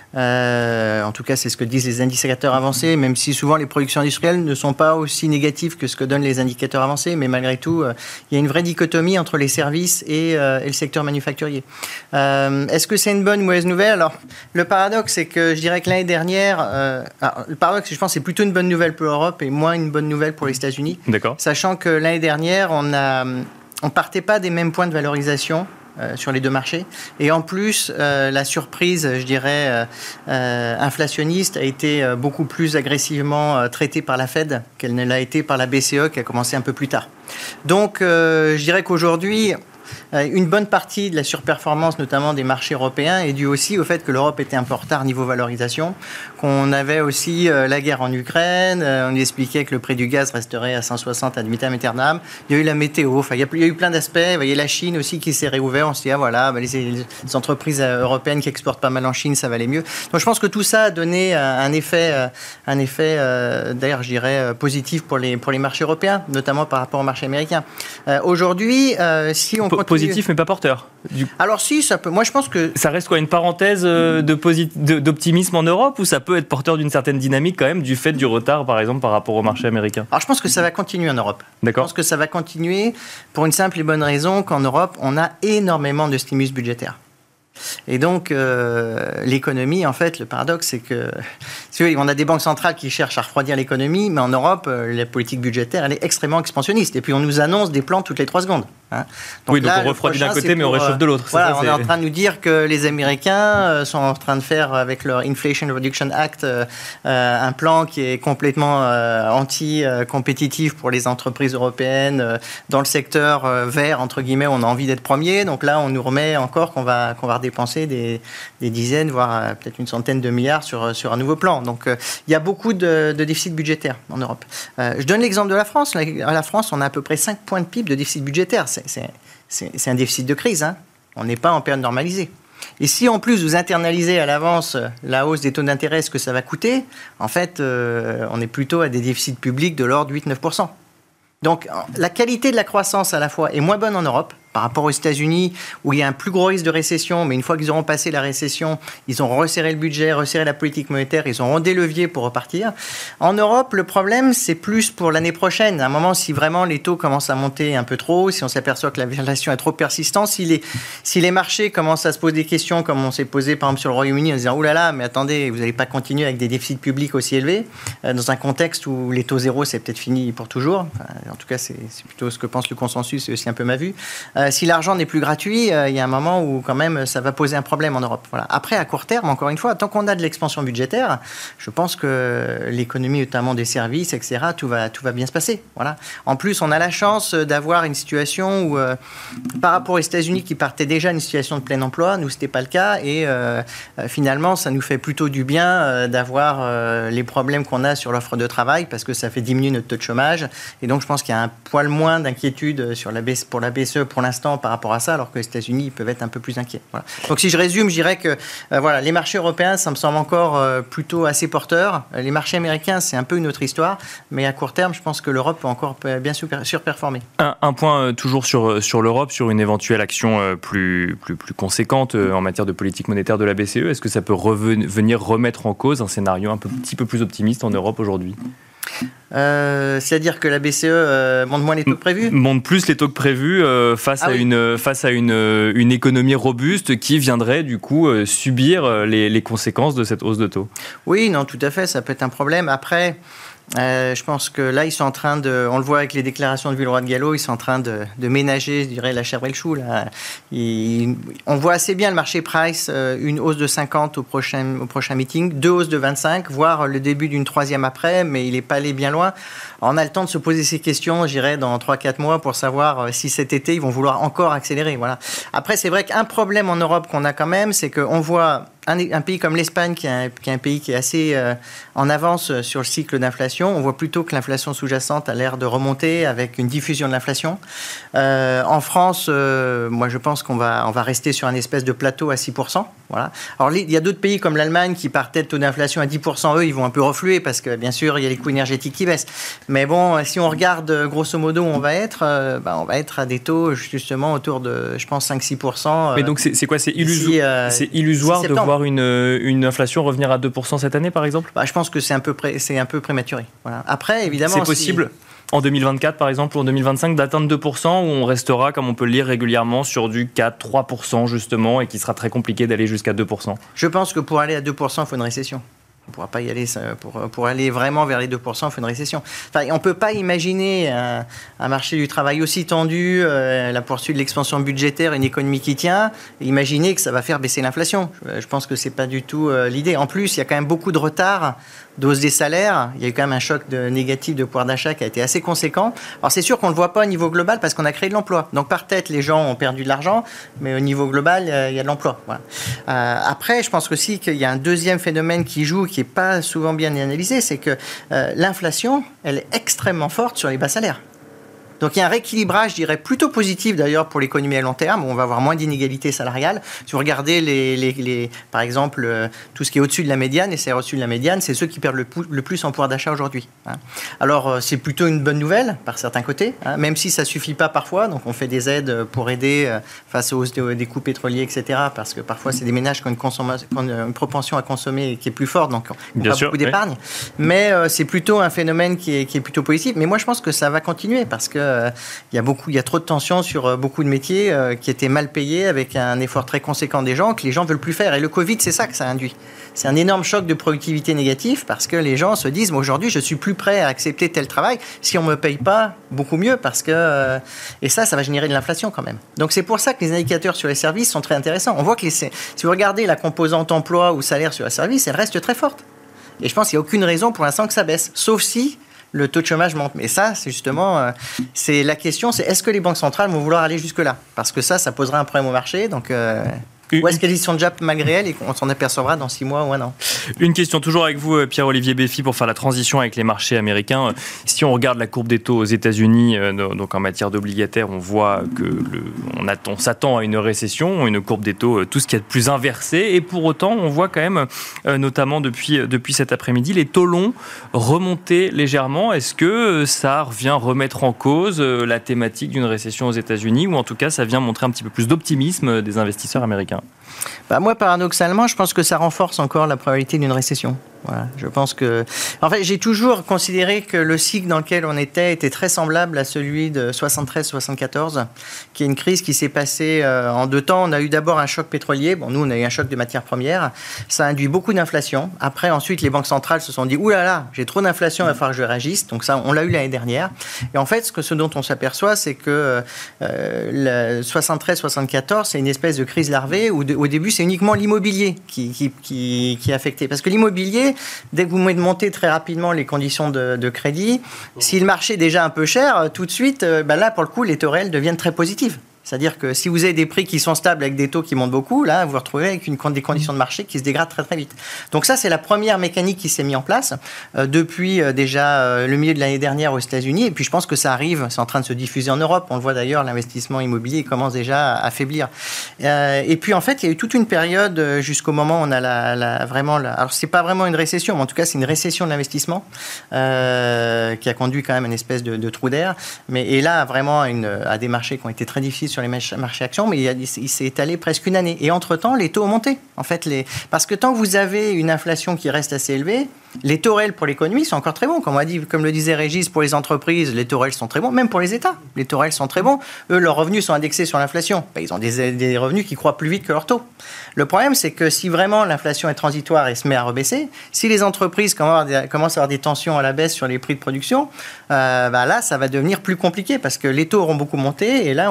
Euh, en tout cas, c'est ce que disent les indicateurs avancés, même si souvent les productions industrielles ne sont pas aussi négatives que ce que donnent les indicateurs avancés, mais malgré tout, euh, il y a une vraie dichotomie entre les services et, euh, et le secteur manufacturier. Euh, est-ce que c'est une bonne ou mauvaise nouvelle? Alors, le paradoxe, c'est que je dirais que l'année dernière, euh, alors, le paradoxe, je pense, c'est plutôt une bonne nouvelle pour l'Europe et moins une bonne nouvelle pour les États-Unis. D'accord. Sachant que l'année dernière, on a, on partait pas des mêmes points de valorisation. Euh, sur les deux marchés. Et en plus, euh, la surprise, je dirais, euh, euh, inflationniste a été euh, beaucoup plus agressivement euh, traitée par la Fed qu'elle ne l'a été par la B C E qui a commencé un peu plus tard. Donc, euh, je dirais qu'aujourd'hui, une bonne partie de la surperformance, notamment des marchés européens, est due aussi au fait que l'Europe était un peu en retard niveau valorisation, qu'on avait aussi euh, la guerre en Ukraine, euh, on nous expliquait que le prix du gaz resterait à cent soixante ad vitam aeternam, il y a eu la météo, enfin, il y a, il y a eu plein d'aspects, vous voyez la Chine aussi qui s'est réouverte, on se dit, ah voilà, bah, les, les entreprises européennes qui exportent pas mal en Chine, ça va aller mieux. Donc je pense que tout ça a donné un effet, un effet euh, d'ailleurs je dirais positif pour les, pour les marchés européens, notamment par rapport au marché américain. Euh, aujourd'hui, euh, si on P- Positif mais pas porteur. Du... Alors si, ça peut. Moi je pense que ça reste quoi, une parenthèse de posit... de, d'optimisme en Europe, ou ça peut être porteur d'une certaine dynamique quand même du fait du retard par exemple par rapport au marché américain? Alors je pense que ça va continuer en Europe. D'accord. Je pense que ça va continuer pour une simple et bonne raison qu'en Europe on a énormément de stimulus budgétaires. Et donc, euh, l'économie, en fait, le paradoxe, c'est que si vous voulez, on a des banques centrales qui cherchent à refroidir l'économie, mais en Europe, euh, la politique budgétaire, elle est extrêmement expansionniste. Et puis, on nous annonce des plans toutes les trois secondes. Hein. Donc oui, donc là, on refroidit d'un côté, mais on réchauffe de l'autre. Voilà, ça, on c'est... est en train de nous dire que les Américains euh, sont en train de faire, avec leur Inflation Reduction Act, euh, euh, un plan qui est complètement euh, anti-compétitif pour les entreprises européennes. Euh, dans le secteur euh, vert, entre guillemets, on a envie d'être premier. Donc là, on nous remet encore qu'on va, qu'on va dépenser des, des dizaines, voire euh, peut-être une centaine de milliards sur, sur un nouveau plan. Donc euh, il y a beaucoup de, de déficit budgétaire en Europe. Euh, je donne l'exemple de la France. La, la France, on a à peu près cinq points de P I B de déficit budgétaire. C'est, c'est, c'est, c'est un déficit de crise. Hein. On n'est pas en période normalisée. Et si en plus vous internalisez à l'avance la hausse des taux d'intérêt, ce que ça va coûter, en fait, euh, on est plutôt à des déficits publics de l'ordre de huit à neuf pour cent. Donc la qualité de la croissance à la fois est moins bonne en Europe par rapport aux États-Unis, où il y a un plus gros risque de récession, mais une fois qu'ils auront passé la récession, ils ont resserré le budget, resserré la politique monétaire, ils auront des leviers pour repartir. En Europe, le problème, c'est plus pour l'année prochaine. À un moment, si vraiment les taux commencent à monter un peu trop, si on s'aperçoit que l'inflation est trop persistante, si les, si les marchés commencent à se poser des questions, comme on s'est posé par exemple sur le Royaume-Uni, en se disant « Ouh là là, mais attendez, vous n'allez pas continuer avec des déficits publics aussi élevés, euh, dans un contexte où les taux zéro, c'est peut-être fini pour toujours. Enfin, » En tout cas, c'est, c'est plutôt ce que pense le consensus, c'est aussi un peu ma vue. Euh, si l'argent n'est plus gratuit, euh, il y a un moment où quand même ça va poser un problème en Europe. Voilà. Après, à court terme, encore une fois, tant qu'on a de l'expansion budgétaire, je pense que l'économie, notamment des services, et cetera, tout va, tout va bien se passer. Voilà. En plus, on a la chance d'avoir une situation où, euh, par rapport aux États-Unis qui partaient déjà d'une situation de plein emploi, nous, ce n'était pas le cas. Et euh, euh, finalement, ça nous fait plutôt du bien euh, d'avoir euh, les problèmes qu'on a sur l'offre de travail parce que ça fait diminuer notre taux de chômage. Et donc, je pense qu'il y a un poil moins d'inquiétude sur la B C E, pour la B C E pour l'instant par rapport à ça, alors que les États-Unis ils peuvent être un peu plus inquiets. Voilà. Donc si je résume, je dirais que euh, voilà, les marchés européens, ça me semble encore euh, plutôt assez porteur. Les marchés américains, c'est un peu une autre histoire, mais à court terme, je pense que l'Europe peut encore bien super, surperformer. Un, un point euh, toujours sur, sur l'Europe, sur une éventuelle action euh, plus, plus, plus conséquente euh, en matière de politique monétaire de la B C E. Est-ce que ça peut reven- venir remettre en cause un scénario un peu, petit peu plus optimiste en Europe aujourd'hui ? Euh, c'est-à-dire que la B C E euh, monte moins les taux que prévus ? Monte plus les taux que prévus euh, face, ah à oui. une, face à une, une économie robuste qui viendrait du coup euh, subir les, les conséquences de cette hausse de taux. Oui, non, tout à fait, ça peut être un problème. Après, euh, je pense que là, ils sont en train de, on le voit avec les déclarations de Villeroy de Galhau, ils sont en train de, de ménager, je dirais, la chèvre et le chou. Là. Ils, on voit assez bien le marché price, euh, une hausse de cinquante au prochain, au prochain meeting, deux hausses de vingt-cinq, voire le début d'une troisième après, mais il n'est pas allé bien loin. On a le temps de se poser ces questions, je dirais, dans trois à quatre mois pour savoir si cet été, ils vont vouloir encore accélérer. Voilà. Après, c'est vrai qu'un problème en Europe qu'on a quand même, c'est qu'on voit un, un pays comme l'Espagne, qui est un, qui est un pays qui est assez euh, en avance sur le cycle d'inflation, on voit plutôt que l'inflation sous-jacente a l'air de remonter avec une diffusion de l'inflation. Euh, en France, euh, moi je pense qu'on va, on va rester sur un espèce de plateau à six pour cent. Voilà. Alors il y a d'autres pays comme l'Allemagne qui partaient de taux d'inflation à dix pour cent, eux ils vont un peu refluer parce que bien sûr il y a les coûts énergétiques qui baissent. Mais bon, si on regarde grosso modo où on va être, euh, bah, on va être à des taux justement autour de, je pense, cinq à six pour cent. Euh, Mais donc c'est, c'est quoi, c'est, illuso- ici, euh, c'est illusoire de voir une, une inflation revenir à deux pour cent cette année par exemple? Bah, je pense que c'est un peu, pré- c'est un peu prématuré. Voilà. Après, évidemment... C'est possible si... en deux mille vingt-quatre, par exemple, ou en deux mille vingt-cinq, d'atteindre deux pour cent, où on restera, comme on peut le lire régulièrement, sur du quatre à trois pour cent, justement, et qui sera très compliqué d'aller jusqu'à deux pour cent. Je pense que pour aller à deux pour cent, il faut une récession. On ne pourra pas y aller, pour, pour aller vraiment vers les deux pour cent, il faut une récession. Enfin, on ne peut pas imaginer un, un marché du travail aussi tendu, euh, la poursuite de l'expansion budgétaire, une économie qui tient, et imaginer que ça va faire baisser l'inflation. Je, je pense que ce n'est pas du tout euh, l'idée. En plus, il y a quand même beaucoup de retard d'hausse des salaires. Il y a eu quand même un choc de, négatif de pouvoir d'achat qui a été assez conséquent. Alors c'est sûr qu'on ne le voit pas au niveau global parce qu'on a créé de l'emploi. Donc par tête, les gens ont perdu de l'argent, mais au niveau global, euh, il y a de l'emploi. Voilà. Euh, après, je pense aussi qu'il y a un deuxième phénomène qui joue, qui n'est pas souvent bien analysé, c'est que euh, l'inflation, elle est extrêmement forte sur les bas salaires. Donc il y a un rééquilibrage, je dirais, plutôt positif d'ailleurs pour l'économie à long terme, où on va avoir moins d'inégalités salariales. Si vous regardez, les, les, les, par exemple, euh, tout ce qui est au-dessus de la médiane, et c'est au-dessus de la médiane, c'est ceux qui perdent le, pou- le plus en pouvoir d'achat aujourd'hui. Hein. Alors euh, c'est plutôt une bonne nouvelle, par certains côtés, hein, même si ça ne suffit pas parfois. Donc on fait des aides pour aider euh, face aux hausses des, des coûts pétroliers, et cetera. Parce que parfois c'est des ménages qui ont une, consomma- qui ont une propension à consommer qui est plus forte, donc ils n'ont pas sûr, beaucoup d'épargne. Oui. Mais euh, c'est plutôt un phénomène qui est, qui est plutôt positif. Mais moi je pense que ça va continuer, parce que il y a beaucoup, il y a trop de tensions sur beaucoup de métiers euh, qui étaient mal payés avec un effort très conséquent des gens que les gens veulent plus faire. Et le Covid, c'est ça que ça induit. C'est un énorme choc de productivité négatif parce que les gens se disent, moi, aujourd'hui, je suis plus prêt à accepter tel travail si on me paye pas beaucoup mieux parce que euh, et ça, ça va générer de l'inflation quand même. Donc c'est pour ça que les indicateurs sur les services sont très intéressants. On voit que les, si vous regardez la composante emploi ou salaire sur les services, elle reste très forte. Et je pense qu'il n'y a aucune raison pour l'instant que ça baisse, sauf si le taux de chômage monte. Mais ça, c'est justement, euh, c'est la question, c'est est-ce que les banques centrales vont vouloir aller jusque-là? Parce que ça, ça posera un problème au marché. Donc, euh, ou est-ce qu'elles y sont déjà malgré elles et qu'on s'en apercevra dans six mois ou un an? Une question toujours avec vous, Pierre-Olivier Beffy, pour faire la transition avec les marchés américains. Si on regarde la courbe des taux aux États-Unis, donc en matière d'obligataire, on voit que le, on, attend, on s'attend à une récession, une courbe des taux, tout ce qui est de plus inversé. Et pour autant, on voit quand même, notamment depuis, depuis cet après-midi, les taux longs remonter légèrement. Est-ce que ça revient remettre en cause la thématique d'une récession aux États-Unis, ou en tout cas, ça vient montrer un petit peu plus d'optimisme des investisseurs américains? Bah moi, paradoxalement, je pense que ça renforce encore la probabilité d'une récession. Voilà, je pense que... En fait, j'ai toujours considéré que le cycle dans lequel on était était très semblable à celui de soixante-treize soixante-quatorze, qui est une crise qui s'est passée euh, en deux temps. On a eu d'abord un choc pétrolier. Bon, nous, on a eu un choc de matières premières. Ça a induit beaucoup d'inflation. Après, ensuite, les banques centrales se sont dit « Ouh là là, j'ai trop d'inflation, il va falloir que je réagisse ». Donc ça, on l'a eu l'année dernière. Et en fait, ce, que, ce dont on s'aperçoit, c'est que euh, soixante-treize soixante-quatorze, c'est une espèce de crise larvée où de, au début, c'est uniquement l'immobilier qui, qui, qui, qui est affecté. Parce que l'immobilier, dès que vous montez très rapidement les conditions de, de crédit, si le marché est déjà un peu cher, tout de suite, ben là, pour le coup, les taux réels deviennent très positifs. C'est-à-dire que si vous avez des prix qui sont stables avec des taux qui montent beaucoup, là, vous vous retrouvez avec une, des conditions de marché qui se dégradent très très vite. Donc ça, c'est la première mécanique qui s'est mise en place euh, depuis euh, déjà euh, le milieu de l'année dernière aux États-Unis. Et puis je pense que ça arrive, c'est en train de se diffuser en Europe. On le voit d'ailleurs, l'investissement immobilier commence déjà à, à faiblir. Euh, et puis en fait, il y a eu toute une période jusqu'au moment où on a la, la, vraiment... La, alors c'est pas vraiment une récession, mais en tout cas, c'est une récession de l'investissement euh, qui a conduit quand même à une espèce de, de trou d'air. Mais, et là, vraiment, une, à des marchés qui ont été très difficiles sur les marchés actions, mais il, a, il s'est étalé presque une année. Et entre-temps, les taux ont monté. En fait, les... Parce que tant que vous avez une inflation qui reste assez élevée, les taux réels pour l'économie sont encore très bons. Comme, on a dit, comme le disait Régis, pour les entreprises, les taux réels sont très bons. Même pour les États, les taux réels sont très bons. Eux, leurs revenus sont indexés sur l'inflation. Ils ont des, des revenus qui croient plus vite que leurs taux. Le problème, c'est que si vraiment l'inflation est transitoire et se met à rebaisser, si les entreprises commencent à avoir des tensions à la baisse sur les prix de production, euh, bah là, ça va devenir plus compliqué parce que les taux auront beaucoup monté et là, on va se retrouver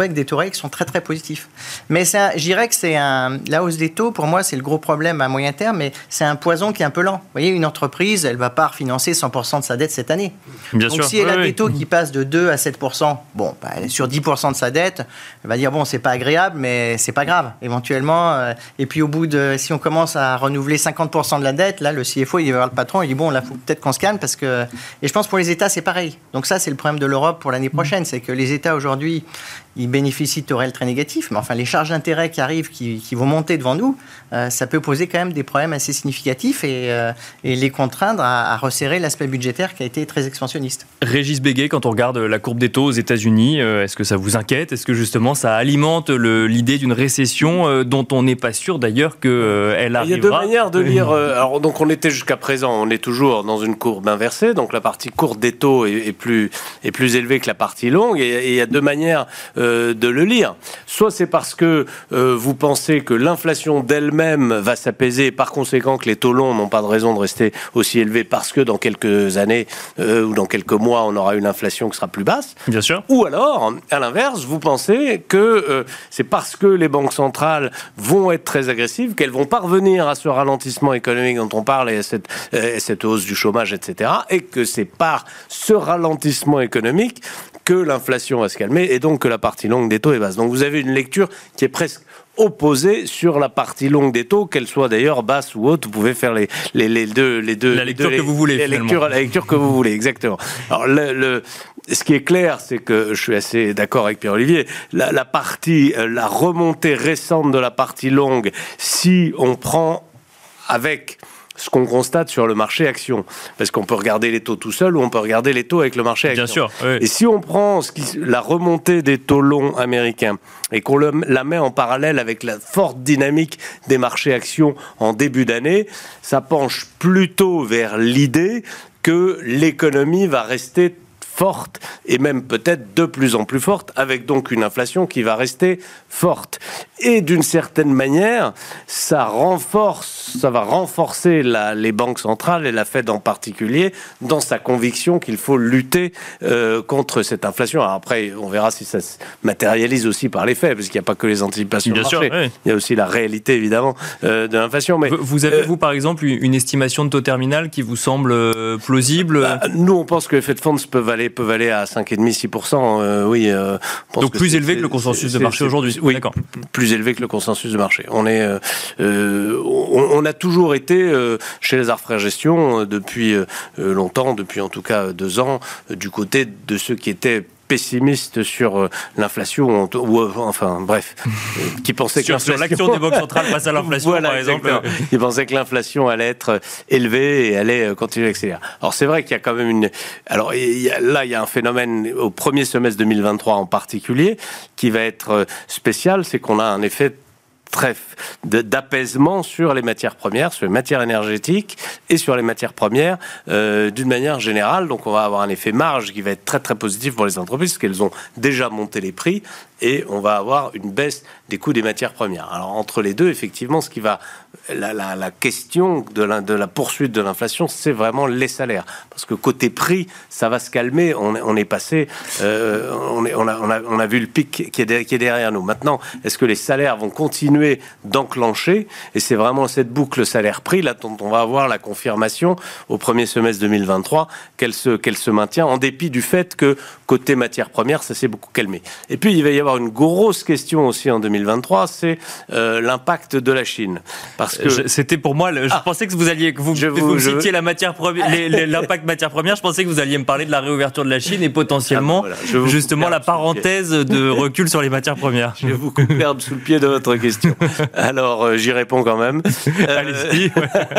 avec des taux réels qui sont très très positifs. Mais c'est un, je dirais que c'est un, la hausse des taux, pour moi, c'est le gros problème à moyen terme, mais c'est un poison qui est un peu lent. Vous voyez, une entreprise, elle ne va pas refinancer cent pour cent de sa dette cette année. Bien Donc sûr. si elle oui, a oui. des taux qui passent de deux à sept pour cent, bon, bah, elle est sur dix pour cent de sa dette, elle va dire, bon, c'est pas agréable, mais c'est pas grave, éventuellement. Euh, et puis au bout de, si on commence à renouveler cinquante pour cent de la dette, là, le C F O, il va voir le patron, il dit, bon, là, il faut peut-être qu'on se calme, parce que... Et je pense pour les États, c'est pareil. Donc ça, c'est le problème de l'Europe pour l'année prochaine, c'est que les États, aujourd'hui, ils bénéficient de taux réels très négatifs, mais enfin, les charges d'intérêt qui arrivent, qui, qui vont monter devant nous, euh, ça peut poser quand même des problèmes assez significatifs et, euh, et les contraindre à, à resserrer l'aspect budgétaire qui a été très expansionniste. Régis Béguet, quand on regarde la courbe des taux aux États-Unis, euh, est-ce que ça vous inquiète ? Est-ce que justement ça alimente le, l'idée d'une récession euh, dont on n'est pas sûr d'ailleurs qu'elle euh, arrivera ? Il y a deux manières de lire. Euh, alors, donc, on était jusqu'à présent, on est toujours dans une courbe inversée. Donc, la partie courte des taux est, est, plus, est plus élevée que la partie longue. Et, et il y a deux manières euh, de le lire. Soit c'est parce que euh, vous pensez que l'inflation d'elle-même va s'apaiser, et par conséquent que les taux longs n'ont pas de raison de rester aussi élevés parce que dans quelques années euh, ou dans quelques mois, on aura une inflation qui sera plus basse. Bien sûr. Ou alors, à l'inverse, vous pensez que euh, c'est parce que les banques centrales vont être très agressives qu'elles vont parvenir à ce ralentissement économique dont on parle et à cette, euh, cette hausse du chômage, et cetera. Et que c'est par ce ralentissement économique que l'inflation va se calmer et donc que la partie longue des taux est basse. Donc vous avez une lecture qui est presque opposée sur la partie longue des taux, qu'elle soit d'ailleurs basse ou haute. Vous pouvez faire les, les, les deux... Les deux la lecture les, que vous voulez, les lectures, la lecture que vous voulez, exactement. Alors, le, le, ce qui est clair, c'est que je suis assez d'accord avec Pierre-Olivier, la, la partie, la remontée récente de la partie longue, si on prend avec... ce qu'on constate sur le marché action. Parce qu'on peut regarder les taux tout seul ou on peut regarder les taux avec le marché action. Bien sûr. Oui. Et si on prend ce qui, la remontée des taux longs américains et qu'on le, la met en parallèle avec la forte dynamique des marchés actions en début d'année, ça penche plutôt vers l'idée que l'économie va rester forte et même peut-être de plus en plus forte, avec donc une inflation qui va rester forte. Et d'une certaine manière, ça renforce, ça va renforcer la, les banques centrales et la Fed en particulier dans sa conviction qu'il faut lutter euh, contre cette inflation. Alors après, on verra si ça se matérialise aussi par les faits, parce qu'il n'y a pas que les anticipations Bien de sûr, marché. oui. Il y a aussi la réalité, évidemment, euh, de l'inflation. Mais vous avez, euh, vous, par exemple, une estimation de taux terminal qui vous semble euh, plausible ? bah, Nous, on pense que les Fed Funds peuvent aller, peuvent aller à cinq virgule cinq à six pour cent. Euh, oui, euh, on pense Donc que plus c'est, élevé c'est, que le consensus c'est, de marché c'est, aujourd'hui. Oui, d'accord. Plus élevé que le consensus de marché. On est, euh, euh, on, on a toujours été euh, chez les Frères Gestion euh, depuis euh, longtemps, depuis en tout cas deux ans, euh, du côté de ceux qui étaient pessimistes sur euh, l'inflation, ou, ou enfin bref, euh, qui pensaient sur, que sur l'action des banques centrales face à l'inflation, voilà, par exemple. Exactement. Ils pensaient que l'inflation allait être élevée et allait continuer à accélérer. Alors c'est vrai qu'il y a quand même une... Alors il y a, là, il y a un phénomène au premier semestre deux mille vingt-trois en particulier qui va être spécial, c'est qu'on a un effet très d'apaisement sur les matières premières, sur les matières énergétiques et sur les matières premières euh, d'une manière générale. Donc on va avoir un effet marge qui va être très très positif pour les entreprises parce qu'elles ont déjà monté les prix et on va avoir une baisse des coûts des matières premières. Alors entre les deux, effectivement, ce qui va la, la, la question de la, de la poursuite de l'inflation, c'est vraiment les salaires, parce que côté prix, ça va se calmer. On, on est passé, euh, on, est, on, a, on, a, on a vu le pic qui est, de, qui est derrière nous. Maintenant, est-ce que les salaires vont continuer d'enclencher? Et c'est vraiment cette boucle salaire-prix là dont on va avoir la confirmation au premier semestre deux mille vingt-trois qu'elle se, qu'elle se maintient en dépit du fait que côté matières premières, ça s'est beaucoup calmé. Et puis il va y avoir une grosse question aussi en deux mille vingt-trois, c'est euh, l'impact de la Chine. Parce que je, c'était pour moi, le, je ah, pensais que vous alliez, que vous, je vous, vous citiez je... la matière première, les, les, l'impact matière première. Je pensais que vous alliez me parler de la réouverture de la Chine et potentiellement, ah, voilà, justement, la parenthèse de recul sur les matières premières. Je vais vous couper l'herbe sous le pied de votre question. Alors euh, j'y réponds quand même. Euh, Allez-y.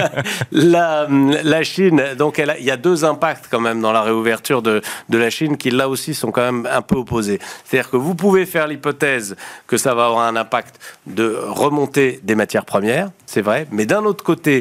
la, la Chine, donc elle a, il y a deux impacts quand même dans la réouverture de, de la Chine qui là aussi sont quand même un peu opposés. C'est-à-dire que vous pouvez faire l'hypothèse que ça va avoir un impact de remontée des matières premières, c'est vrai, mais d'un autre côté,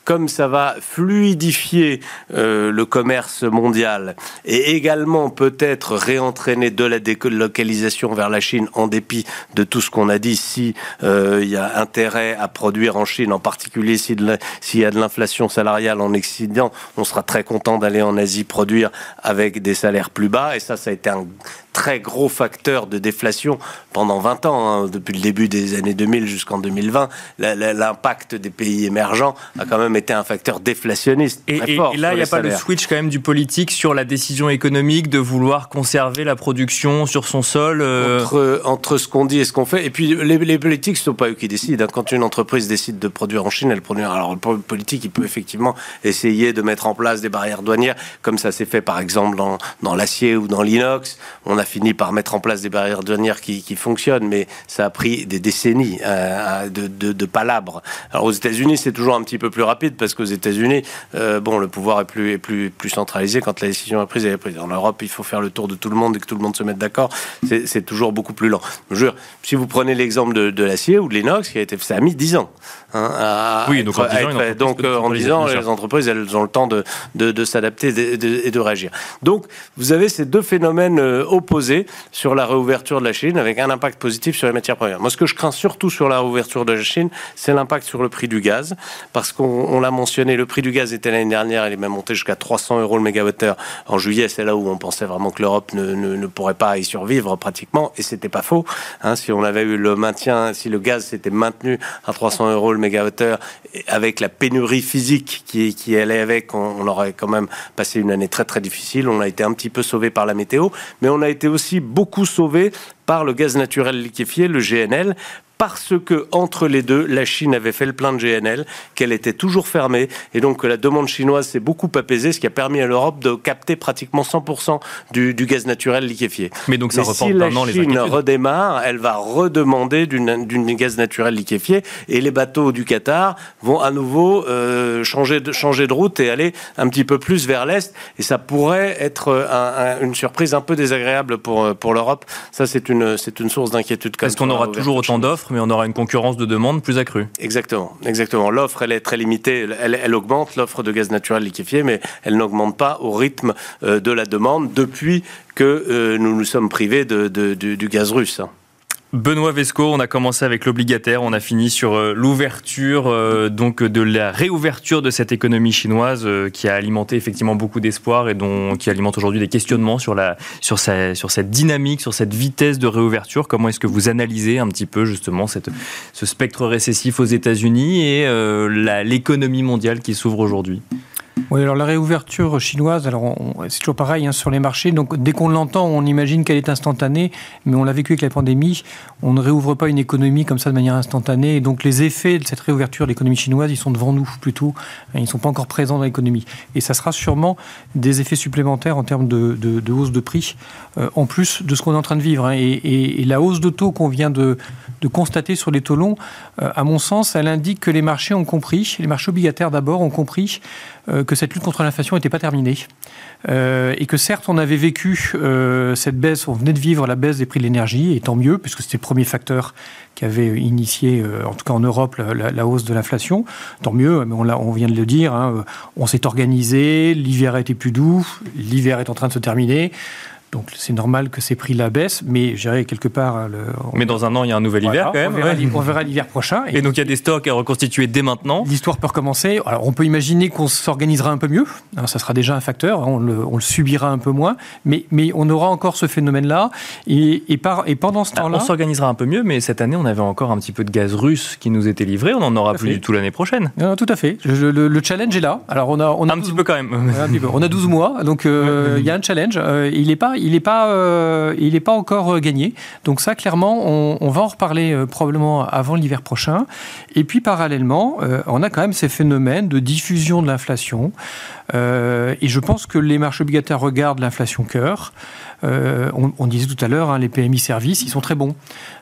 comme ça va fluidifier euh, le commerce mondial et également peut-être réentraîner de la délocalisation vers la Chine en dépit de tout ce qu'on a dit, si euh, il y a intérêt à produire en Chine, en particulier si de la, s'il y a de l'inflation salariale en Occident, on sera très content d'aller en Asie produire avec des salaires plus bas, et ça, ça a été un très gros facteur de déflation pendant vingt ans, hein, depuis le début des années deux mille jusqu'en deux mille vingt. La, la, l'impact des pays émergents a quand même été un facteur déflationniste et, très et, fort. Et là, il n'y a pas salaires. le switch quand même du politique sur la décision économique de vouloir conserver la production sur son sol euh... entre, entre ce qu'on dit et ce qu'on fait. Et puis, les, les politiques, ce ne sont pas eux qui décident. Hein. Quand une entreprise décide de produire en Chine, elle produit. Alors, le politique, il peut effectivement essayer de mettre en place des barrières douanières, comme ça s'est fait par exemple dans, dans l'acier ou dans l'inox. On a fini par mettre en place des barrières douanières qui, qui fonctionnent, mais ça a pris des décennies euh, de, de, de palabres. Alors aux États-Unis, c'est toujours un petit peu plus rapide parce qu'aux États-Unis, euh, bon, le pouvoir est plus, est plus, plus centralisé quand la décision est prise. Elle est prise. En Europe, il faut faire le tour de tout le monde et que tout le monde se mette d'accord. C'est, c'est toujours beaucoup plus lent. Je veux dire, si vous prenez l'exemple de, de l'acier ou de l'inox, qui a été, ça a mis dix ans. Hein, à, oui, donc être, en dix ans, être, donc, euh, en dix ans, les entreprises, elles ont le temps de, de, de s'adapter et de, de, de réagir. Donc, vous avez ces deux phénomènes euh, opposés sur la réouverture de la Chine, avec un impact positif sur les matières premières. Moi, ce que je crains surtout sur la réouverture de la Chine, c'est l'impact sur le prix du gaz, parce qu'on on l'a mentionné, le prix du gaz était l'année dernière, il est même monté jusqu'à trois cents euros le mégawattheure en juillet. C'est là où on pensait vraiment que l'Europe ne, ne, ne pourrait pas y survivre pratiquement, et c'était pas faux. Hein, si on avait eu le maintien, si le gaz s'était maintenu à trois cents euros le mégawattheure, avec la pénurie physique qui, qui allait avec, on, on aurait quand même passé une année très très difficile. On a été un petit peu sauvé par la météo, mais on a été aussi beaucoup sauvé par le gaz naturel liquéfié, le G N L, parce que entre les deux, la Chine avait fait le plein de G N L, qu'elle était toujours fermée, et donc que la demande chinoise s'est beaucoup apaisée, ce qui a permis à l'Europe de capter pratiquement cent pour cent du, du gaz naturel liquéfié. Mais donc ça Mais reporte si la d'un an les Chine inquiétudes. redémarre, elle va redemander d'une, d'une gaz naturel liquéfié, et les bateaux du Qatar vont à nouveau euh, changer, de, changer de route et aller un petit peu plus vers l'Est, et ça pourrait être un, un, une surprise un peu désagréable pour, pour l'Europe. Ça, c'est une, c'est une source d'inquiétude. Est-ce qu'on aura toujours autant d'offres, mais on aura une concurrence de demande plus accrue? Exactement, exactement. L'offre, elle est très limitée, elle, elle augmente, l'offre de gaz naturel liquéfié, mais elle n'augmente pas au rythme euh, de la demande depuis que euh, nous nous sommes privés de, de, de, du gaz russe. Benoît Vesco, on a commencé avec l'obligataire, on a fini sur euh, l'ouverture, euh, donc de la réouverture de cette économie chinoise euh, qui a alimenté effectivement beaucoup d'espoir et dont, qui alimente aujourd'hui des questionnements sur, la, sur, sa, sur cette dynamique, sur cette vitesse de réouverture. Comment est-ce que vous analysez un petit peu justement cette, ce spectre récessif aux États-Unis et euh, la, l'économie mondiale qui s'ouvre aujourd'hui ? Oui, alors la réouverture chinoise, alors on, c'est toujours pareil hein, sur les marchés. Donc dès qu'on l'entend, on imagine qu'elle est instantanée, mais on l'a vécu avec la pandémie. On ne réouvre pas une économie comme ça de manière instantanée. Et donc les effets de cette réouverture de l'économie chinoise, ils sont devant nous plutôt. Ils ne sont pas encore présents dans l'économie. Et ça sera sûrement des effets supplémentaires en termes de, de, de hausse de prix, euh, en plus de ce qu'on est en train de vivre. Hein. Et, et, et la hausse de taux qu'on vient de, de constater sur les taux longs, euh, à mon sens, elle indique que les marchés ont compris, les marchés obligataires d'abord ont compris euh, que cette lutte contre l'inflation n'était pas terminée. Euh, et que certes, on avait vécu euh, cette baisse, on venait de vivre la baisse des prix de l'énergie, et tant mieux, puisque c'était le premier facteur qui avait initié, euh, en tout cas en Europe, la, la, la hausse de l'inflation. Tant mieux, mais on, l'a, on vient de le dire, hein, on s'est organisé, l'hiver a été plus doux, l'hiver est en train de se terminer. Donc c'est normal que ces prix-là baissent, mais je dirais quelque part... Le, mais dans un an, il y a un nouvel hiver voilà, quand même. On verra, ouais. on verra l'hiver prochain. Et, et donc il y a des stocks à reconstituer dès maintenant. L'histoire peut recommencer. Alors on peut imaginer qu'on s'organisera un peu mieux. Alors, ça sera déjà un facteur, on le, on le subira un peu moins, mais, mais on aura encore ce phénomène-là. Et, et, par, et pendant ce temps-là... On s'organisera un peu mieux, mais cette année, on avait encore un petit peu de gaz russe qui nous était livré. On n'en aura plus fait. Du tout l'année prochaine. Non, tout à fait. Le, le, le challenge est là. Alors on a, on a un douze, petit peu quand même. Un petit peu. On a douze mois, donc il euh, y a un challenge. Euh, il n'est pas... Il est pas euh, il n'est pas encore gagné. Donc ça, clairement, on, on va en reparler euh, probablement avant l'hiver prochain. Et puis, parallèlement, euh, on a quand même ces phénomènes de diffusion de l'inflation. Euh, et je pense que les marchés obligataires regardent l'inflation cœur. Euh, on, on disait tout à l'heure, hein, les P M I services, ils sont très bons.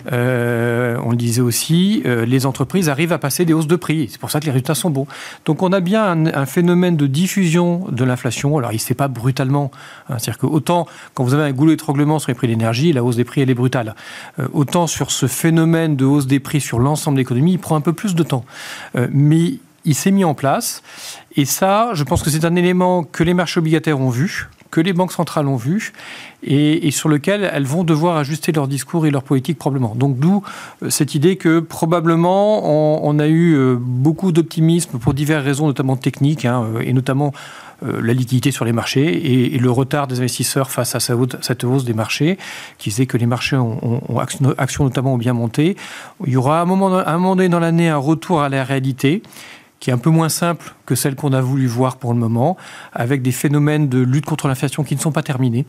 Euh, on le disait aussi, euh, les entreprises arrivent à passer des hausses de prix. C'est pour ça que les résultats sont bons. Donc on a bien un, un phénomène de diffusion de l'inflation. Alors il ne se fait pas brutalement. Hein, c'est-à-dire que autant quand vous avez un goulot d'étranglement sur les prix de l'énergie, la hausse des prix elle est brutale. Euh, autant sur ce phénomène de hausse des prix sur l'ensemble de l'économie, il prend un peu plus de temps. Euh, mais il s'est mis en place. Et ça, je pense que c'est un élément que les marchés obligataires ont vu, que les banques centrales ont vu, et, et sur lequel elles vont devoir ajuster leur discours et leur politique probablement. Donc d'où cette idée que probablement on, on a eu beaucoup d'optimisme pour diverses raisons, notamment techniques, hein, et notamment euh, la liquidité sur les marchés et, et le retard des investisseurs face à cette hausse des marchés, qui faisait que les marchés ont, ont, ont actions notamment ont bien monté. Il y aura à un moment, à un moment donné dans l'année un retour à la réalité, qui est un peu moins simple que celle qu'on a voulu voir pour le moment, avec des phénomènes de lutte contre l'inflation qui ne sont pas terminés.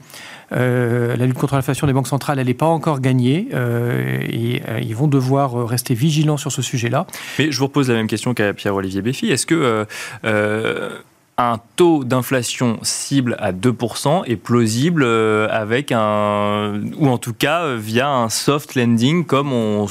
Euh, la lutte contre l'inflation des banques centrales, elle n'est pas encore gagnée, euh, et euh, ils vont devoir rester vigilants sur ce sujet-là. Mais je vous repose la même question qu'à Pierre-Olivier Beffy. Est-ce que euh, euh, un taux d'inflation cible à deux pour cent est plausible euh, avec un, ou en tout cas via un soft landing comme on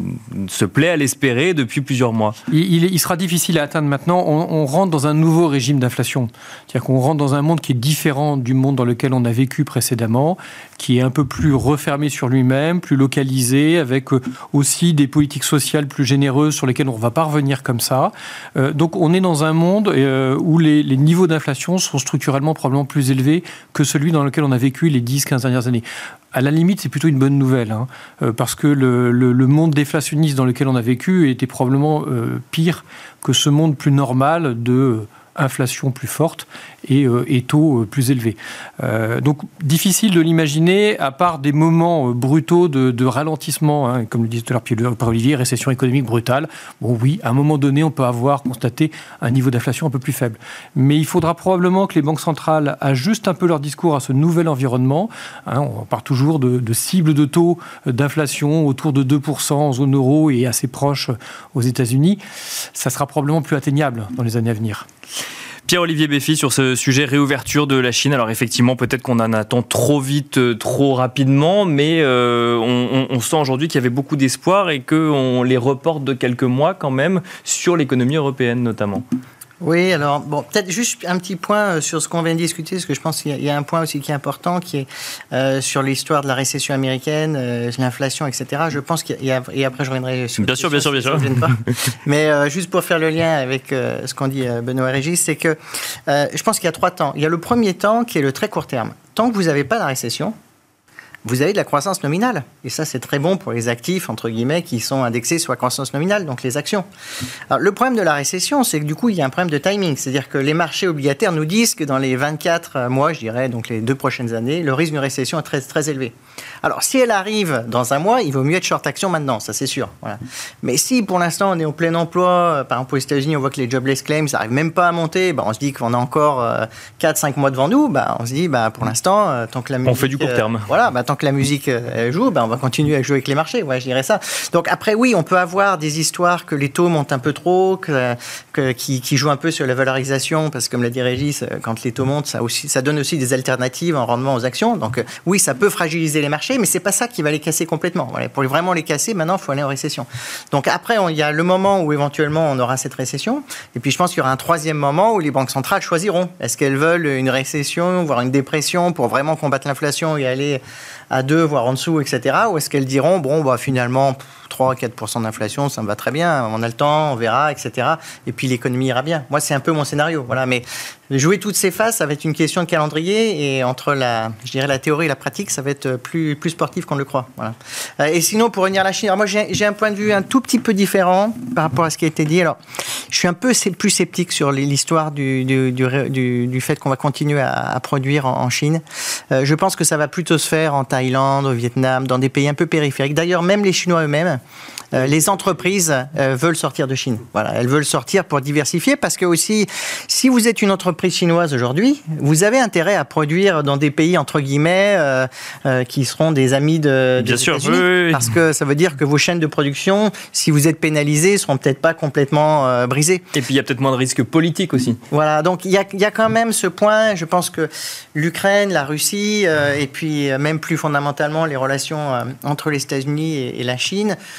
se plaît à l'espérer depuis plusieurs mois? Il, il, il sera difficile à atteindre maintenant. On, on rentre dans un nouveau régime d'inflation. C'est-à-dire qu'on rentre dans un monde qui est différent du monde dans lequel on a vécu précédemment, qui est un peu plus refermé sur lui-même, plus localisé, avec aussi des politiques sociales plus généreuses sur lesquelles on ne va pas revenir comme ça. Euh, donc on est dans un monde euh, où les, les niveaux d'inflation sont structurellement probablement plus élevés que celui dans lequel on a vécu les dix quinze dernières années. À la limite, c'est plutôt une bonne nouvelle, hein, euh, parce que le, le, le monde déflationniste dans lequel on a vécu était probablement euh, pire que ce monde plus normal de euh, inflation plus forte et, euh, et taux euh, plus élevés. Euh, donc, difficile de l'imaginer, à part des moments euh, brutaux de, de ralentissement, hein, comme le disait tout à l'heure Pierre-Olivier, récession économique brutale. Bon, oui, à un moment donné, on peut avoir constaté un niveau d'inflation un peu plus faible. Mais il faudra probablement que les banques centrales ajustent un peu leur discours à ce nouvel environnement. Hein, on parle toujours de, de cibles de taux d'inflation autour de deux pour cent en zone euro et assez proche aux États-Unis. Ça sera probablement plus atteignable dans les années à venir. Pierre-Olivier Beffy, sur ce sujet réouverture de la Chine. Alors effectivement, peut-être qu'on en attend trop vite, trop rapidement, mais euh, on, on sent aujourd'hui qu'il y avait beaucoup d'espoir et qu'on les reporte de quelques mois quand même sur l'économie européenne notamment. Oui, alors, bon, peut-être juste un petit point sur ce qu'on vient de discuter, parce que je pense qu'il y a un point aussi qui est important, qui est euh, sur l'histoire de la récession américaine, euh, l'inflation, et cetera. Je pense qu'il y a, et après je reviendrai sur... Bien sûr, bien sûr, bien sûr. Mais euh, juste pour faire le lien avec euh, ce qu'on dit euh, Benoît et Régis, c'est que euh, je pense qu'il y a trois temps. Il y a le premier temps qui est le très court terme. Tant que vous n'avez pas la récession, vous avez de la croissance nominale. Et ça, c'est très bon pour les actifs, entre guillemets, qui sont indexés sur la croissance nominale, donc les actions. Alors, le problème de la récession, c'est que du coup, il y a un problème de timing. C'est-à-dire que les marchés obligataires nous disent que dans les vingt-quatre mois, je dirais, donc les deux prochaines années, le risque d'une récession est très, très élevé. Alors, si elle arrive dans un mois, il vaut mieux être short action maintenant, ça c'est sûr. Voilà. Mais si, pour l'instant, on est au plein emploi, par exemple aux États-Unis, on voit que les jobless claims n'arrivent même pas à monter, bah, on se dit qu'on a encore euh, quatre cinq mois devant nous, bah, on se dit, bah, pour l'instant, euh, tant que la musique... On fait du court terme. Euh, voilà, bah, tant que la musique euh, joue, bah, on va continuer à jouer avec les marchés, ouais, je dirais ça. Donc après, oui, on peut avoir des histoires que les taux montent un peu trop, que, que, qui, qui jouent un peu sur la valorisation, parce que comme l'a dit Régis, quand les taux montent, ça, aussi, ça donne aussi des alternatives en rendement aux actions. Donc euh, oui, ça peut fragiliser les marchés, mais c'est pas ça qui va les casser complètement. Voilà, pour vraiment les casser, maintenant, il faut aller en récession. Donc après, il y a le moment où éventuellement on aura cette récession, et puis je pense qu'il y aura un troisième moment où les banques centrales choisiront. Est-ce qu'elles veulent une récession, voire une dépression pour vraiment combattre l'inflation et aller à deux, voire en dessous, et cetera. Ou est-ce qu'elles diront, bon, bah, finalement, trois à quatre pour cent d'inflation, ça me va très bien, on a le temps, on verra, et cetera. Et puis l'économie ira bien. Moi, c'est un peu mon scénario. Voilà. Mais jouer toutes ces phases, ça va être une question de calendrier, et entre la, je dirais, la théorie et la pratique, ça va être plus, plus sportif qu'on le croit. Voilà. Et sinon, pour revenir à la Chine, alors moi, j'ai, j'ai un point de vue un tout petit peu différent par rapport à ce qui a été dit. Alors, je suis un peu plus sceptique sur l'histoire du, du, du, du, du fait qu'on va continuer à, à produire en, en Chine. Euh, je pense que ça va plutôt se faire en Thaïlande, au Vietnam, dans des pays un peu périphériques. D'ailleurs, même les Chinois eux-mêmes, euh, les entreprises euh, veulent sortir de Chine. Voilà, elles veulent sortir pour diversifier, parce que aussi, si vous êtes une entreprise chinoise aujourd'hui, vous avez intérêt à produire dans des pays entre guillemets euh, euh, qui seront des amis de, Bien des sûr, États-Unis, oui, oui. parce que ça veut dire que vos chaînes de production, si vous êtes pénalisés, seront peut-être pas complètement euh, brisées. Et puis il y a peut-être moins de risques politiques aussi. Voilà, donc il y a, il y a quand même ce point. Je pense que l'Ukraine, la Russie, euh, et puis même plus fondamentalement les relations euh, entre les États-Unis et, et la Chine, euh, il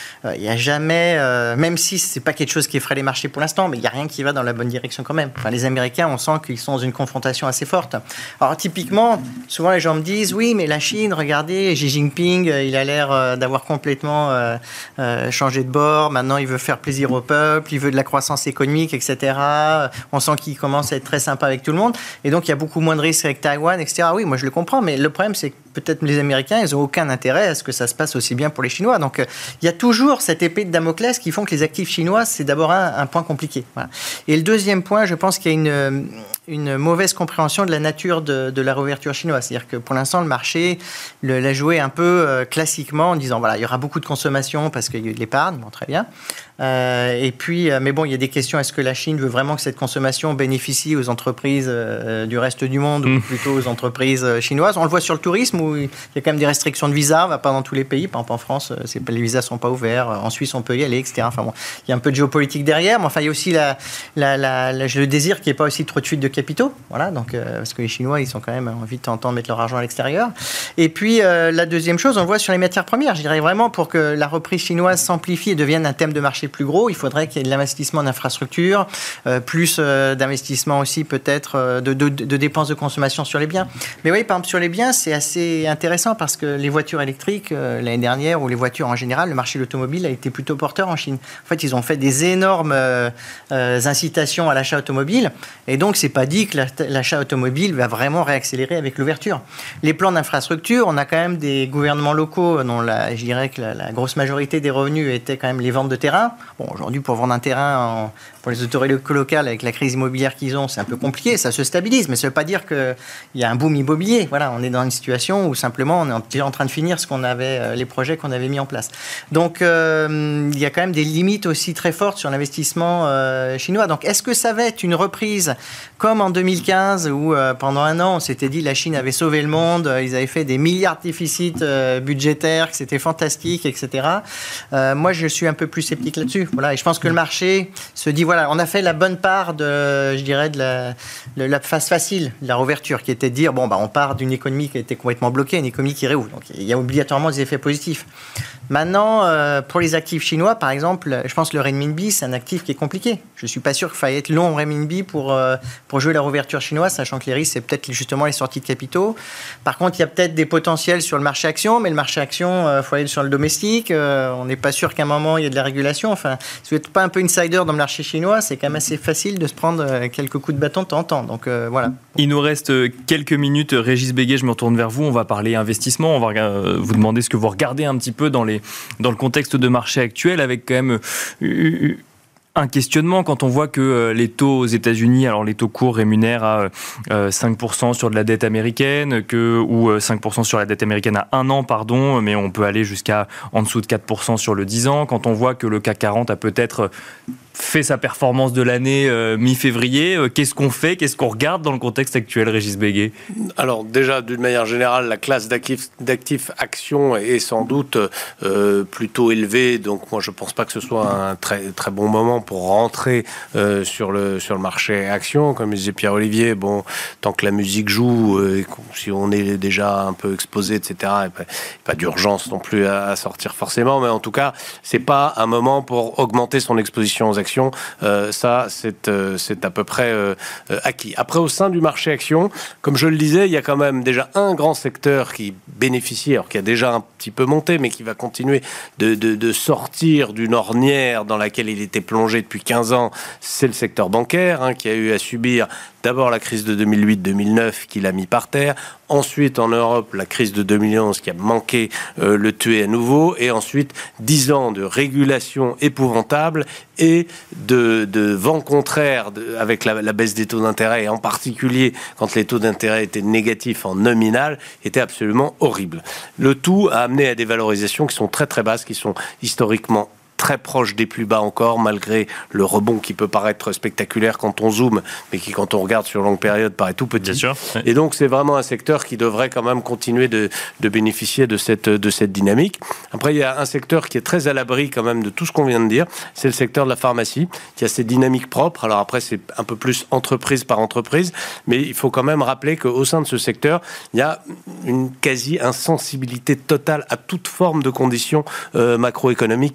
n'y a jamais, euh, même si c'est pas quelque chose qui effraie les marchés pour l'instant, mais il n'y a rien qui va dans la bonne direction quand même. Enfin, les Américains, on sent qu'ils sont dans une confrontation assez forte. Alors typiquement, souvent les gens me disent, oui, mais la Chine, regardez, Xi Jinping, il a l'air euh, d'avoir complètement euh, euh, changé de bord. Maintenant, il veut faire plaisir au peuple, il veut de la croissance économique, et cetera. On sent qu'il commence à être très sympa avec tout le monde. Et donc, il y a beaucoup moins de risques avec Taïwan, et cetera. Oui, moi, je le comprends, mais le problème, c'est que peut-être les Américains, ils n'ont aucun intérêt à ce que ça se passe aussi bien pour les Chinois. Donc, euh, il y a toujours cette épée de Damoclès qui font que les actifs chinois, c'est d'abord un, un point compliqué. Voilà. Et le deuxième point, je pense qu'il y a une, une mauvaise compréhension de la nature de, de la réouverture chinoise. C'est-à-dire que pour l'instant, le marché le, l'a joué un peu euh, classiquement en disant, voilà, il y aura beaucoup de consommation parce qu'il y a eu de l'épargne, bon, très bien. Euh, et puis, euh, mais bon, il y a des questions. Est-ce que la Chine veut vraiment que cette consommation bénéficie aux entreprises euh, du reste du monde mmh. ou plutôt aux entreprises euh, chinoises? On le voit sur le tourisme où il y a quand même des restrictions de visa, on va pas dans tous les pays. Par exemple, en France, euh, c'est, les visas sont pas ouverts. En Suisse, on peut y aller, et cetera. Enfin bon, il y a un peu de géopolitique derrière, mais enfin, il y a aussi la, la, la, la, le désir qu'il n'y ait pas aussi trop de fuite de capitaux. Voilà, donc euh, parce que les Chinois, ils sont quand même envie de temps mettre leur argent à l'extérieur. Et puis euh, la deuxième chose, on le voit sur les matières premières. Je dirais vraiment pour que la reprise chinoise s'amplifie et devienne un thème de marché plus gros, il faudrait qu'il y ait de l'investissement en infrastructure, euh, plus euh, d'investissement aussi peut-être euh, de, de, de dépenses de consommation sur les biens. Mais oui, par exemple sur les biens, c'est assez intéressant parce que les voitures électriques, euh, l'année dernière, ou les voitures en général, le marché de l'automobile a été plutôt porteur en Chine. En fait, ils ont fait des énormes euh, euh, incitations à l'achat automobile, et donc c'est pas dit que la, l'achat automobile va vraiment réaccélérer avec l'ouverture. Les plans d'infrastructure, on a quand même des gouvernements locaux dont la, je dirais que la, la grosse majorité des revenus étaient quand même les ventes de terrain. Bon, aujourd'hui, pour vendre un terrain en, pour les autorités locales, avec la crise immobilière qu'ils ont, c'est un peu compliqué. Ça se stabilise, mais ça ne veut pas dire qu'il y a un boom immobilier. Voilà, on est dans une situation où simplement on est déjà en train de finir ce qu'on avait, les projets qu'on avait mis en place. Donc, euh, il y a quand même des limites aussi très fortes sur l'investissement euh, chinois. Donc, est-ce que ça va être une reprise comme en deux mille quinze où euh, pendant un an, on s'était dit la Chine avait sauvé le monde, euh, ils avaient fait des milliards de déficits euh, budgétaires, que c'était fantastique, et cetera. Euh, moi, je suis un peu plus sceptique là-dessus. Voilà, et je pense que le marché se dit, voilà, on a fait la bonne part de, je dirais, de la, de la phase facile de la réouverture, qui était de dire, bon, bah, on part d'une économie qui était complètement bloquée à une économie qui réouvre. Donc, il y a obligatoirement des effets positifs. Maintenant, euh, pour les actifs chinois, par exemple, je pense que le renminbi, c'est un actif qui est compliqué. Je ne suis pas sûr qu'il faille être long en renminbi pour, euh, pour jouer la réouverture chinoise, sachant que les risques, c'est peut-être justement les sorties de capitaux. Par contre, il y a peut-être des potentiels sur le marché action, mais le marché action, il euh, faut aller sur le domestique. Euh, on n'est pas sûr qu'à un moment, il y ait de la régulation. Enfin, si vous n'êtes pas un peu insider dans le marché chinois, c'est quand même assez facile de se prendre euh, quelques coups de bâton de temps en temps. Donc, euh, voilà. Il nous reste quelques minutes. Régis Béguet, je me retourne vers vous. On va parler investissement. On va euh, vous demander ce que vous regardez un petit peu dans les dans le contexte de marché actuel, avec quand même euh, un questionnement quand on voit que les taux aux États-Unis, alors les taux courts rémunèrent à cinq pour cent sur de la dette américaine, que, ou cinq pour cent sur la dette américaine à un an, pardon, mais on peut aller jusqu'à en dessous de quatre pour cent sur le dix ans. Quand on voit que le C A C quarante a peut-être fait sa performance de l'année euh, mi-février, euh, qu'est-ce qu'on fait, qu'est-ce qu'on regarde dans le contexte actuel, Régis Béguet? Alors déjà, d'une manière générale, la classe d'actifs, d'actifs actions est sans doute euh, plutôt élevée, donc moi je ne pense pas que ce soit un très, très bon moment pour rentrer euh, sur, le, sur le marché actions. Comme disait Pierre-Olivier, bon, tant que la musique joue, euh, si on est déjà un peu exposé, et cetera, et pas, pas d'urgence non plus à, à sortir forcément, mais en tout cas, c'est pas un moment pour augmenter son exposition aux actions. Euh, ça, c'est, euh, c'est à peu près euh, euh, acquis. Après, au sein du marché actions, comme je le disais, il y a quand même déjà un grand secteur qui bénéficie, alors qui a déjà un petit peu monté, mais qui va continuer de, de, de sortir d'une ornière dans laquelle il était plongé depuis quinze ans, c'est le secteur bancaire, hein, qui a eu à subir d'abord la crise de deux mille huit deux mille neuf qui l'a mis par terre, ensuite en Europe la crise de deux mille onze qui a manqué euh, le tuer à nouveau, et ensuite dix ans de régulation épouvantable et de, de vent contraire de, avec la, la baisse des taux d'intérêt, et en particulier quand les taux d'intérêt étaient négatifs en nominal, était absolument horrible. Le tout a amené à des valorisations qui sont très très basses, qui sont historiquement très proche des plus bas encore, malgré le rebond qui peut paraître spectaculaire quand on zoome, mais qui, quand on regarde sur longue période, paraît tout petit. Bien sûr. Et donc, c'est vraiment un secteur qui devrait quand même continuer de, de bénéficier de cette, de cette dynamique. Après, il y a un secteur qui est très à l'abri quand même de tout ce qu'on vient de dire, c'est le secteur de la pharmacie, qui a ses dynamiques propres. Alors après, c'est un peu plus entreprise par entreprise, mais il faut quand même rappeler qu'au sein de ce secteur, il y a une quasi-insensibilité totale à toute forme de conditions euh, macroéconomiques, quelles qu'elles soient.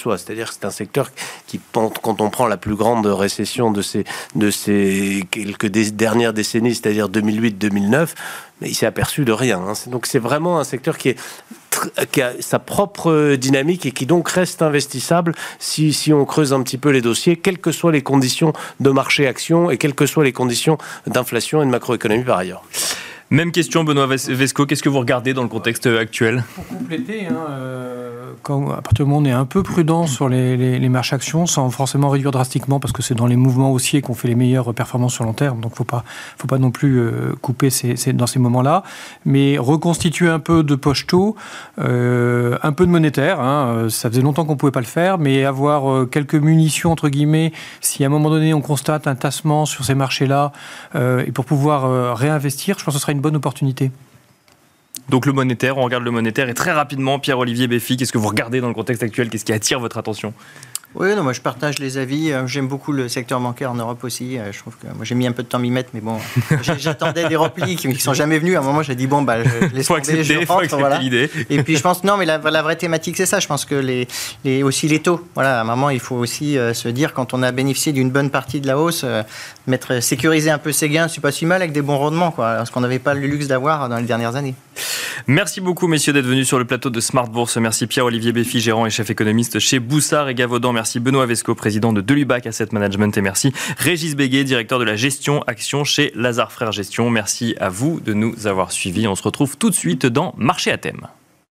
soit. C'est-à-dire que c'est un secteur qui, quand on prend la plus grande récession de ces, de ces quelques dé- dernières décennies, c'est-à-dire deux mille huit deux mille neuf, mais il s'est aperçu de rien. Hein. C'est, donc c'est vraiment un secteur qui, est, qui a sa propre dynamique et qui donc reste investissable si, si on creuse un petit peu les dossiers, quelles que soient les conditions de marché-action et quelles que soient les conditions d'inflation et de macroéconomie par ailleurs. Même question, Benoît Vesco, qu'est-ce que vous regardez dans le contexte actuel ? Pour compléter, hein, euh, quand, à partir du moment où on est un peu prudent sur les, les, les marches actions, sans forcément réduire drastiquement, parce que c'est dans les mouvements haussiers qu'on fait les meilleures performances sur long terme, donc il ne faut pas, faut pas non plus euh, couper ces, ces, dans ces moments-là, mais reconstituer un peu de poche taux, euh, un peu de monétaire, hein, ça faisait longtemps qu'on ne pouvait pas le faire, mais avoir euh, quelques munitions, entre guillemets, si à un moment donné on constate un tassement sur ces marchés-là, euh, et pour pouvoir euh, réinvestir, je pense que ce sera une bonne opportunité. Donc le monétaire, on regarde le monétaire et très rapidement, Pierre-Olivier Beffy, qu'est-ce que vous regardez dans le contexte actuel ? Qu'est-ce qui attire votre attention ? Oui, non, moi je partage les avis. J'aime beaucoup le secteur bancaire en Europe aussi. Je trouve que moi j'ai mis un peu de temps à m'y mettre, mais bon, j'attendais des replis qui ne sont jamais venus. À un moment, j'ai dit bon, bah, je laisse faut tomber, accepter, je rentre, faut accepter voilà. l'idée. Et puis je pense non, mais la, la vraie thématique c'est ça. Je pense que les, les aussi les taux. Voilà, à un moment, il faut aussi euh, se dire quand on a bénéficié d'une bonne partie de la hausse, euh, mettre sécuriser un peu ses gains, c'est pas si mal avec des bons rendements, quoi. Parce qu'on n'avait pas le luxe d'avoir dans les dernières années. Merci beaucoup, messieurs, d'être venus sur le plateau de Smart Bourse. Merci Pierre-Olivier Beffy, gérant et chef économiste chez Boussard et Gavaudan. Merci Benoît Vesco, président de Delubac Asset Management. Et merci Régis Béguet, directeur de la gestion action chez Lazare Frères Gestion. Merci à vous de nous avoir suivis. On se retrouve tout de suite dans Marché à thème.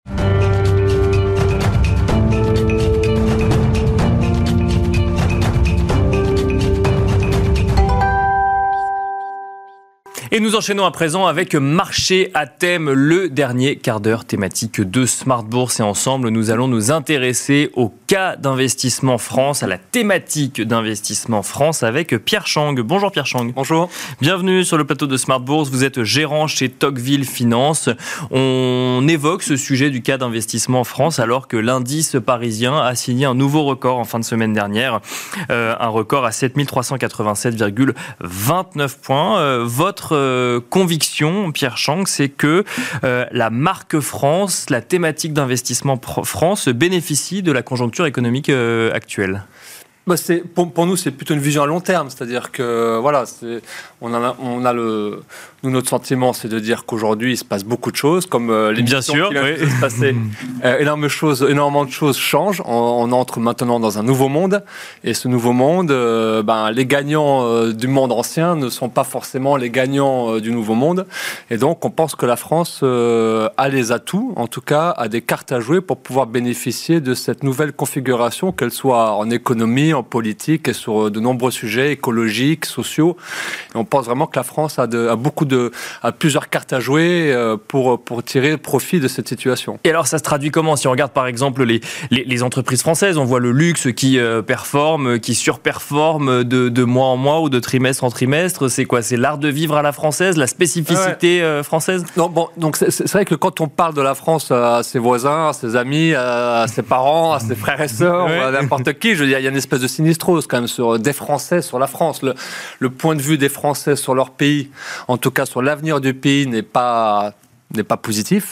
Et nous enchaînons à présent avec Marché à thème, le dernier quart d'heure thématique de Smart Bourse. Et ensemble, nous allons nous intéresser au cas d'investissement France, à la thématique d'investissement France avec Pierre Chang. Bonjour Pierre Chang. Bonjour. Bienvenue sur le plateau de Smart Bourse. Vous êtes gérant chez Tocqueville Finance. On évoque ce sujet du cas d'investissement France alors que l'indice parisien a signé un nouveau record en fin de semaine dernière. Euh, un record à sept mille trois cent quatre-vingt-sept virgule vingt-neuf points. Euh, votre Euh, conviction, Pierre Chang, c'est que euh, la marque France, la thématique d'investissement France bénéficie de la conjoncture économique euh, actuelle. Bah c'est, pour, pour nous, c'est plutôt une vision à long terme, c'est-à-dire que voilà, c'est, on a, on a le, nous notre sentiment, c'est de dire qu'aujourd'hui il se passe beaucoup de choses, comme euh, l'émission Bien sûr, qui vient oui. de se passer, euh, énormément de choses, énormément de choses changent. On, on entre maintenant dans un nouveau monde, et ce nouveau monde, euh, ben les gagnants euh, du monde ancien ne sont pas forcément les gagnants euh, du nouveau monde, et donc on pense que la France euh, a les atouts, en tout cas a des cartes à jouer pour pouvoir bénéficier de cette nouvelle configuration, qu'elle soit en économie, en politique et sur de nombreux sujets écologiques, sociaux. Et on pense vraiment que la France a, de, a beaucoup de, a plusieurs cartes à jouer pour, pour tirer profit de cette situation. Et alors ça se traduit comment ? Si on regarde par exemple les, les, les entreprises françaises, on voit le luxe qui euh, performe, qui surperforme de, de mois en mois ou de trimestre en trimestre. C'est quoi ? C'est l'art de vivre à la française, la spécificité ouais. euh, française ? Non, bon, donc c'est, c'est vrai que quand on parle de la France à ses voisins, à ses amis, à ses parents, à ses frères et sœurs, ouais. à n'importe qui, je veux dire, il y a une espèce de sinistrose quand même sur des Français sur la France. Le, le point de vue des Français sur leur pays, en tout cas sur l'avenir du pays, n'est pas n'est pas positif.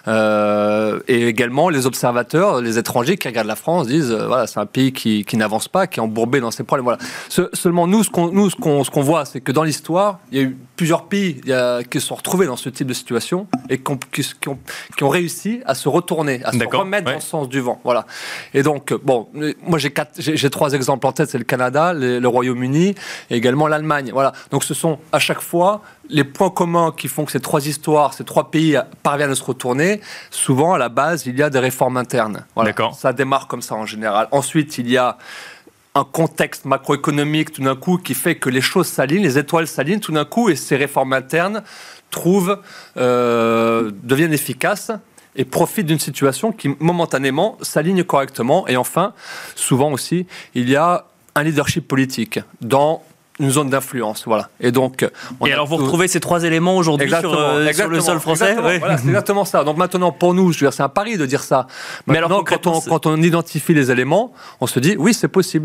Euh, et également, les observateurs, les étrangers qui regardent la France disent euh, voilà, c'est un pays qui, qui n'avance pas, qui est embourbé dans ses problèmes. Voilà. Ce, seulement, nous, ce qu'on, nous ce, qu'on, ce qu'on voit, c'est que dans l'histoire, il y a eu plusieurs pays il y a, qui se sont retrouvés dans ce type de situation et qui ont, qui, qui ont, qui ont réussi à se retourner, à D'accord, se remettre ouais. dans le sens du vent. Voilà. Et donc, bon, moi, j'ai, quatre, j'ai, j'ai trois exemples en tête. C'est le Canada, le, le Royaume-Uni et également l'Allemagne. Voilà. Donc, ce sont à chaque fois les points communs qui font que ces trois histoires, ces trois pays parviennent à se retourner. Souvent, à la base, il y a des réformes internes. Voilà. D'accord. Ça démarre comme ça en général. Ensuite, il y a un contexte macroéconomique tout d'un coup qui fait que les choses s'alignent, les étoiles s'alignent tout d'un coup et ces réformes internes trouvent, euh, deviennent efficaces et profitent d'une situation qui momentanément s'aligne correctement. Et enfin, souvent aussi, il y a un leadership politique dans une zone d'influence, voilà. Et donc, on et a alors vous tout... retrouvez ces trois éléments aujourd'hui exactement, sur, euh, exactement, sur le sol français. Exactement, ouais. Voilà, c'est exactement ça. Donc maintenant, pour nous, je veux dire, c'est un pari de dire ça. Maintenant, Mais alors, quand on, quand on identifie les éléments, on se dit oui, c'est possible.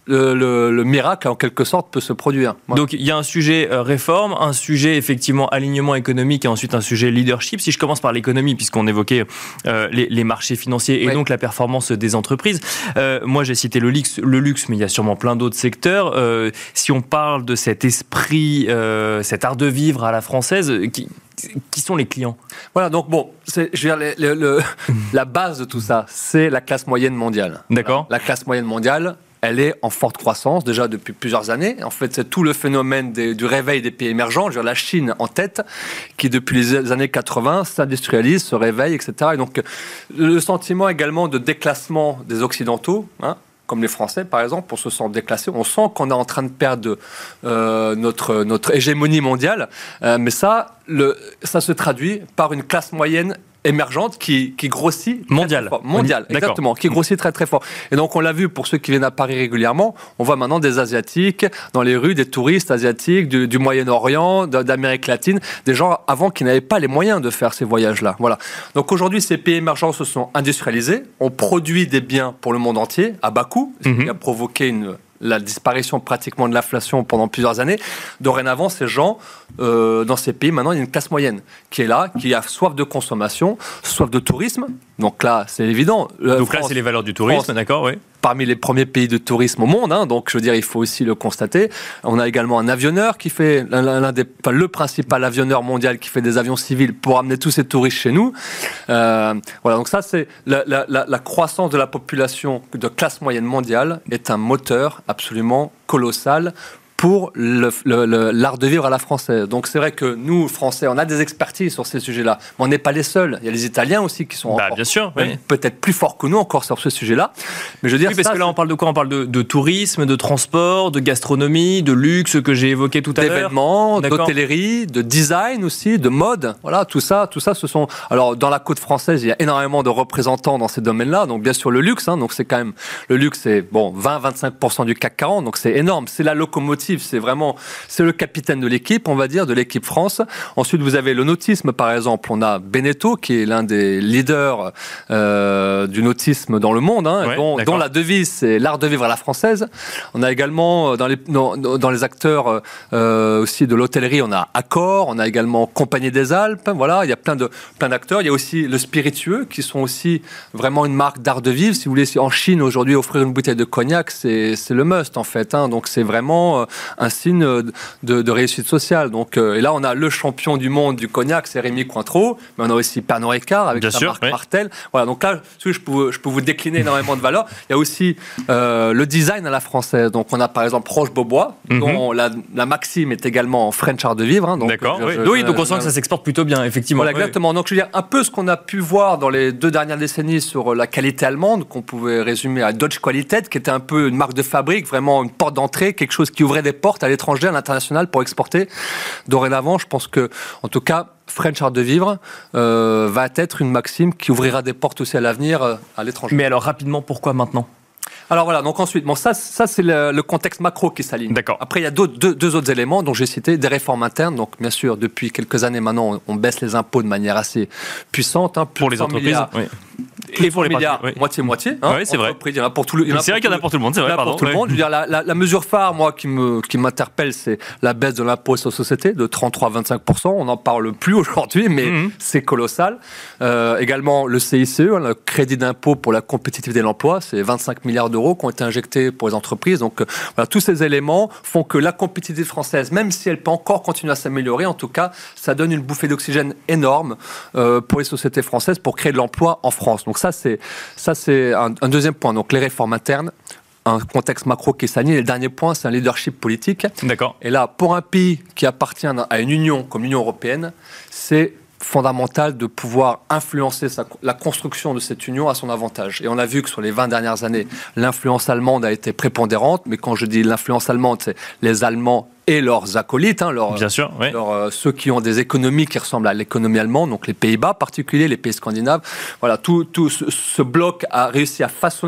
le, le, le miracle, en quelque sorte, peut se produire. Voilà. Donc, il y a un sujet euh, réforme, un sujet, effectivement, alignement économique et ensuite un sujet leadership. Si je commence par l'économie, puisqu'on évoquait euh, les, les marchés financiers et oui. donc la performance des entreprises. Euh, moi, j'ai cité le luxe, le luxe, mais il y a sûrement plein d'autres secteurs. Euh, si on parle de cet esprit, euh, cet art de vivre à la française, qui, qui sont les clients ? Voilà, donc bon, c'est, je veux dire, le, le, le, la base de tout ça, c'est la classe moyenne mondiale. D'accord. La classe moyenne mondiale, elle est en forte croissance déjà depuis plusieurs années. En fait, c'est tout le phénomène des, du réveil des pays émergents, je veux dire, la Chine en tête, qui depuis les années quatre-vingts s'industrialise, se réveille, et cetera. Et donc, le sentiment également de déclassement des Occidentaux, hein, comme les Français, par exemple, on se sent déclassé. On sent qu'on est en train de perdre euh, notre, notre hégémonie mondiale. Euh, mais ça, le, ça se traduit par une classe moyenne émergente qui, qui grossit mondiale mondiale exactement qui grossit très très fort et donc on l'a vu pour ceux qui viennent à Paris régulièrement, on voit maintenant des Asiatiques dans les rues, des touristes asiatiques du, du Moyen-Orient, d'Amérique latine, des gens avant qui n'avaient pas les moyens de faire ces voyages là. Voilà, donc aujourd'hui ces pays émergents se sont industrialisés, on produit des biens pour le monde entier à bas coût, ce qui a provoqué une la disparition pratiquement de l'inflation pendant plusieurs années. Dorénavant, ces gens, euh, dans ces pays, maintenant, il y a une classe moyenne qui est là, qui a soif de consommation, soif de tourisme. Donc là, c'est évident. Donc France, là, c'est les valeurs du tourisme, France, d'accord, oui. Parmi les premiers pays de tourisme au monde, hein, donc je veux dire, il faut aussi le constater. On a également un avionneur qui fait l'un, l'un des, enfin, le principal avionneur mondial qui fait des avions civils pour amener tous ces touristes chez nous. Euh, voilà, donc ça, c'est la, la, la, la croissance de la population de classe moyenne mondiale est un moteur absolument colossal pour le, le, le, l'art de vivre à la française. Donc c'est vrai que nous, Français, on a des expertises sur ces sujets-là, mais on n'est pas les seuls. Il y a les Italiens aussi qui sont bah, encore, bien sûr, oui. peut-être plus forts que nous encore sur ce sujet-là. Mais je veux dire, oui, parce ça, que là, on parle de quoi ? On parle de, de tourisme, de transport, de gastronomie, de luxe que j'ai évoqué tout à l'heure. D'événements, d'hôtellerie, de design aussi, de mode. Voilà, tout ça, tout ça, ce sont. Alors dans la côte française, il y a énormément de représentants dans ces domaines-là. Donc bien sûr le luxe. Hein, donc c'est quand même le luxe, c'est bon vingt à vingt-cinq pour cent du C A C quarante. Donc c'est énorme. C'est la locomotive. C'est vraiment c'est le capitaine de l'équipe, on va dire, de l'équipe France. Ensuite, vous avez le nautisme, par exemple. On a Beneteau, qui est l'un des leaders euh, du nautisme dans le monde, hein, ouais, dont, dont la devise, c'est l'art de vivre à la française. On a également, dans les, dans, dans les acteurs euh, aussi de l'hôtellerie, on a Accor, on a également Compagnie des Alpes. Voilà, il y a plein, de, plein d'acteurs. Il y a aussi le spiritueux, qui sont aussi vraiment une marque d'art de vivre. Si vous voulez, en Chine, aujourd'hui, offrir une bouteille de cognac, c'est, c'est le must, en fait. Hein. Donc, c'est vraiment un signe De, de réussite sociale. Donc, euh, et là, on a le champion du monde du cognac, c'est Rémi Cointreau, mais on a aussi Pernod Ricard avec Bien sa sûr, marque oui. Martell. Voilà, donc là, je peux, je peux vous décliner énormément de valeurs. Il y a aussi euh, le design à la française. Donc, on a par exemple Roche-Beaubois, mm-hmm. dont la, la maxime est également en French art de vivre. Hein, donc, D'accord, je, oui. Je, oui, donc on sent que ça s'exporte plutôt bien, effectivement. Voilà, exactement. Oui. Donc, je veux dire, un peu ce qu'on a pu voir dans les deux dernières décennies sur la qualité allemande, qu'on pouvait résumer à Deutsche Qualität, qui était un peu une marque de fabrique, vraiment une porte d'entrée, quelque chose qui ouvrait des portes à l'étranger, à l'international, pour exporter. Dorénavant, je pense que, en tout cas, French Art de Vivre euh, va être une maxime qui ouvrira des portes aussi à l'avenir euh, à l'étranger. Mais alors, rapidement, pourquoi maintenant ? Alors voilà, donc ensuite, bon, ça, ça c'est le, le contexte macro qui s'aligne. D'accord. Après, il y a d'autres, deux, deux autres éléments dont j'ai cité, des réformes internes. Donc, bien sûr, depuis quelques années maintenant, on, on baisse les impôts de manière assez puissante. Hein, plus pour les entreprises, milliards, oui. Et pour les milliards, oui. moitié-moitié. Hein, oui, c'est vrai. Il y en a pour tout le, il y en a c'est vrai qu'il y en a pour tout le monde, c'est vrai, pardon. Pour tout ouais. le monde. Je veux dire, la, la, la mesure phare, moi, qui, me, qui m'interpelle, c'est la baisse de l'impôt sur les sociétés de trente-trois à vingt-cinq pour cent. On n'en parle plus aujourd'hui, mais mm-hmm. c'est colossal. Euh, également, le C I C E, le crédit d'impôt pour la compétitivité de l'emploi, c'est vingt-cinq milliards d'euros qui ont été injectés pour les entreprises. Donc, euh, voilà, tous ces éléments font que la compétitivité française, même si elle peut encore continuer à s'améliorer, en tout cas, ça donne une bouffée d'oxygène énorme euh, pour les sociétés françaises pour créer de l'emploi en France. Donc ça, c'est Ça, c'est un, un deuxième point. Donc, les réformes internes, un contexte macro qui est sani. Et le dernier point, c'est un leadership politique. D'accord. Et là, pour un pays qui appartient à une union comme l'Union européenne, c'est fondamental de pouvoir influencer sa, la construction de cette union à son avantage. Et on a vu que sur les vingt dernières années, l'influence allemande a été prépondérante. Mais quand je dis l'influence allemande, c'est les Allemands et leurs acolytes, hein, leurs, Bien sûr, oui. leurs, euh, ceux qui ont des économies qui ressemblent à l'économie allemande, donc les Pays-Bas en particulier, les pays scandinaves. Voilà, tout, tout ce, ce bloc a réussi à façonner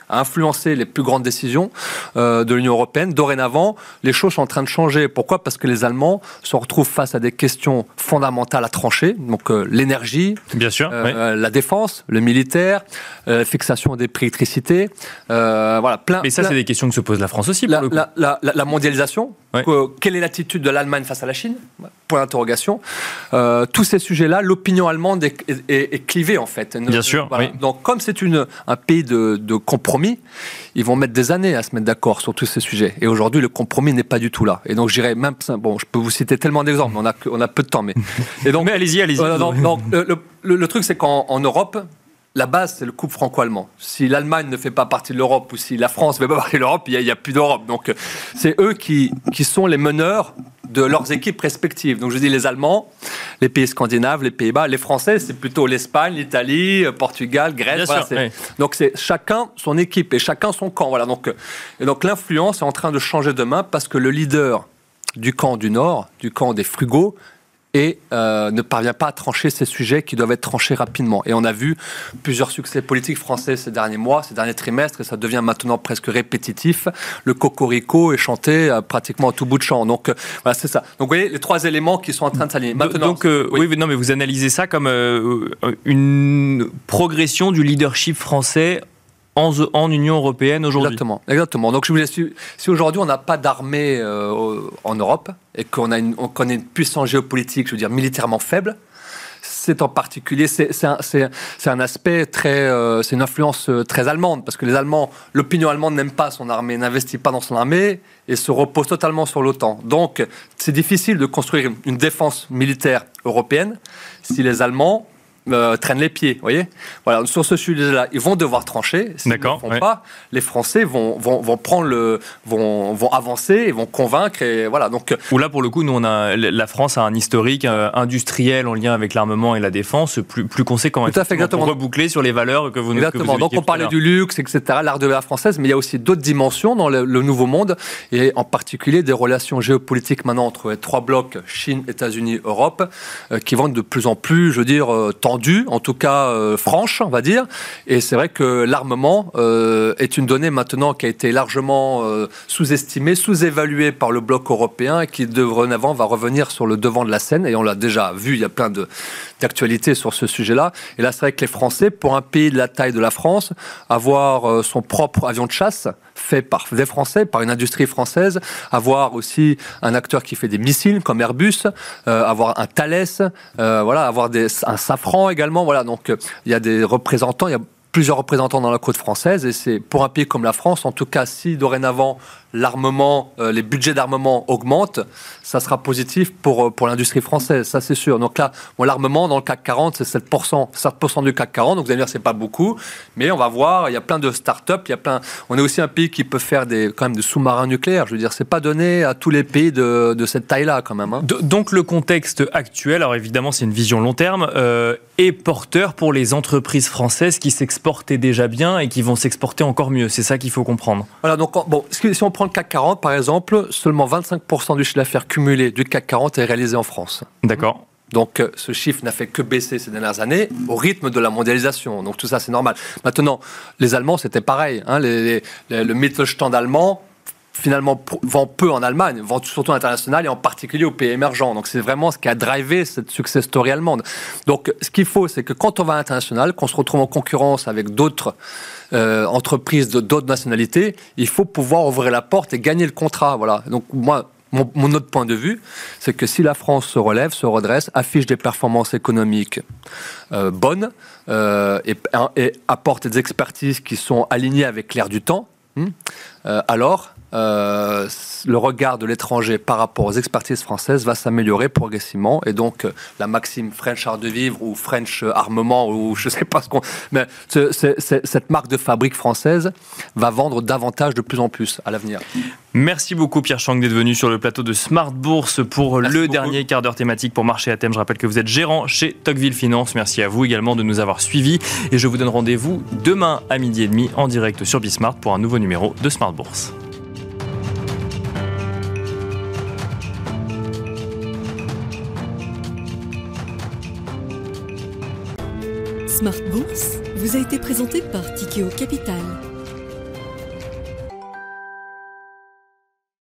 à influencer les plus grandes décisions euh, de l'Union européenne. Dorénavant, les choses sont en train de changer. Pourquoi ? Parce que les Allemands se retrouvent face à des questions fondamentales à trancher, donc euh, l'énergie, bien sûr, euh, oui. euh, la défense, le militaire, euh, fixation des prix d'électricité, euh, voilà, plein. Mais ça, plein... c'est des questions que se pose la France aussi. Pour la, le coup. La, la, la, la mondialisation, ouais. que, quelle est l'attitude de l'Allemagne face à la Chine ? Point d'interrogation. Euh, tous ces sujets-là, l'opinion allemande est, est, est, est clivée en fait. Bien sûr. Voilà. Oui. Donc, comme c'est une, un pays de, de compromis, ils vont mettre des années à se mettre d'accord sur tous ces sujets. Et aujourd'hui, le compromis n'est pas du tout là. Et donc, je dirais même, bon, je peux vous citer tellement d'exemples, mais on a, on a peu de temps. Mais, et donc, mais allez-y, allez-y. Euh, donc, donc, le, le, le truc, c'est qu'en en Europe, la base, c'est le couple franco-allemand. Si l'Allemagne ne fait pas partie de l'Europe ou si la France ne fait pas partie de l'Europe, il n'y a, a plus d'Europe. Donc, c'est eux qui, qui sont les meneurs de leurs équipes respectives. Donc, je dis les Allemands, les pays scandinaves, les Pays-Bas. Les Français, c'est plutôt l'Espagne, l'Italie, Portugal, Grèce. Voilà, sûr, oui. Donc, c'est chacun son équipe et chacun son camp. Voilà. Donc, et donc, l'influence est en train de changer de main parce que le leader du camp du Nord, du camp des frugaux, et euh, ne parvient pas à trancher ces sujets qui doivent être tranchés rapidement. Et on a vu plusieurs succès politiques français ces derniers mois, ces derniers trimestres, et ça devient maintenant presque répétitif. Le cocorico est chanté euh, pratiquement à tout bout de champ. Donc euh, voilà, c'est ça. Donc vous voyez les trois éléments qui sont en train de s'aligner. Maintenant, donc euh, oui. oui, non, mais vous analysez ça comme euh, une progression du leadership français En, en Union européenne aujourd'hui. Exactement, exactement. Donc je vous laisse, si aujourd'hui on n'a pas d'armée euh, en Europe et qu'on a une, on connaît une puissance géopolitique, je veux dire militairement faible, c'est en particulier, c'est, c'est, un, c'est, c'est un aspect très, euh, c'est une influence très allemande parce que les Allemands, l'opinion allemande n'aime pas son armée, n'investit pas dans son armée et se repose totalement sur l'OTAN. Donc c'est difficile de construire une défense militaire européenne si les Allemands Euh, traînent les pieds, vous voyez. Voilà, sur ce sujet-là, ils vont devoir trancher. S'ils D'accord, ne font ouais. pas, les Français vont, vont, vont prendre le, vont, vont avancer et vont convaincre. Et voilà. Donc, où là, pour le coup, nous, on a la France a un historique euh, industriel en lien avec l'armement et la défense plus, plus conséquent. Tout à fait, exactement. Pour reboucler sur les valeurs que vous nous Exactement. Donc, on parlait du luxe, et cetera, l'art de la française, mais il y a aussi d'autres dimensions dans le, le nouveau monde, et en particulier des relations géopolitiques maintenant entre les trois blocs Chine, États-Unis, Europe, euh, qui vont de plus en plus, je veux dire, euh, tendues, en tout cas euh, franches, on va dire. Et c'est vrai que l'armement euh, est une donnée maintenant qui a été largement euh, sous-estimée, sous-évaluée par le bloc européen et qui dorénavant va revenir sur le devant de la scène. Et on l'a déjà vu, il y a plein de, d'actualités sur ce sujet-là. Et là, c'est vrai que les Français, pour un pays de la taille de la France, avoir euh, son propre avion de chasse fait par des Français, par une industrie française, avoir aussi un acteur qui fait des missiles comme Airbus, euh, avoir un Thales, euh, voilà, avoir des, un Safran également. Voilà, donc euh, il y a des représentants, il y a plusieurs représentants dans la côte française, et c'est pour un pays comme la France, en tout cas, si dorénavant l'armement, euh, les budgets d'armement augmentent, ça sera positif pour, pour l'industrie française, ça c'est sûr. Donc là, bon, l'armement dans le C A C quarante, c'est sept pour cent, sept pour cent du C A C quarante, donc vous allez dire c'est pas beaucoup, mais on va voir, il y a plein de start-up, il y a plein, on est aussi un pays qui peut faire des, quand même des sous-marins nucléaires, je veux dire, c'est pas donné à tous les pays de, de cette taille-là quand même. Hein. Donc le contexte actuel, alors évidemment c'est une vision long terme, euh, est porteur pour les entreprises françaises qui s'exportaient déjà bien et qui vont s'exporter encore mieux, c'est ça qu'il faut comprendre. Voilà, donc bon, si on prend le C A C quarante, par exemple, seulement vingt-cinq pour cent du chiffre d'affaires cumulé du C A C quarante est réalisé en France. D'accord. Donc, ce chiffre n'a fait que baisser ces dernières années au rythme de la mondialisation. Donc, tout ça, c'est normal. Maintenant, les Allemands, c'était pareil. Hein, les, les, le Mittelstand allemand, finalement, vend peu en Allemagne, vend surtout à l'international et en particulier aux pays émergents. Donc, c'est vraiment ce qui a drivé cette success story allemande. Donc, ce qu'il faut, c'est que quand on va à l'international, qu'on se retrouve en concurrence avec d'autres euh, entreprises de d'autres nationalités, il faut pouvoir ouvrir la porte et gagner le contrat. Voilà. Donc, moi, Mon, mon autre point de vue, c'est que si la France se relève, se redresse, affiche des performances économiques euh, bonnes euh, et, et apporte des expertises qui sont alignées avec l'air du temps, hein, euh, alors euh, le regard de l'étranger par rapport aux expertises françaises va s'améliorer progressivement. Et donc, euh, la maxime French art de vivre ou French armement, ou je ne sais pas ce qu'on... Mais c'est, c'est, c'est, cette marque de fabrique française va vendre davantage de plus en plus à l'avenir. Merci beaucoup Pierre Chang d'être venu sur le plateau de Smart Bourse pour Merci le beaucoup. Dernier quart d'heure thématique pour Marché à thème. Je rappelle que vous êtes gérant chez Tocqueville Finance. Merci à vous également de nous avoir suivis. Et je vous donne rendez-vous demain à midi et demi en direct sur Bismart pour un nouveau numéro de Smart Bourse. Smart Bourse vous a été présenté par Tikeo Capital.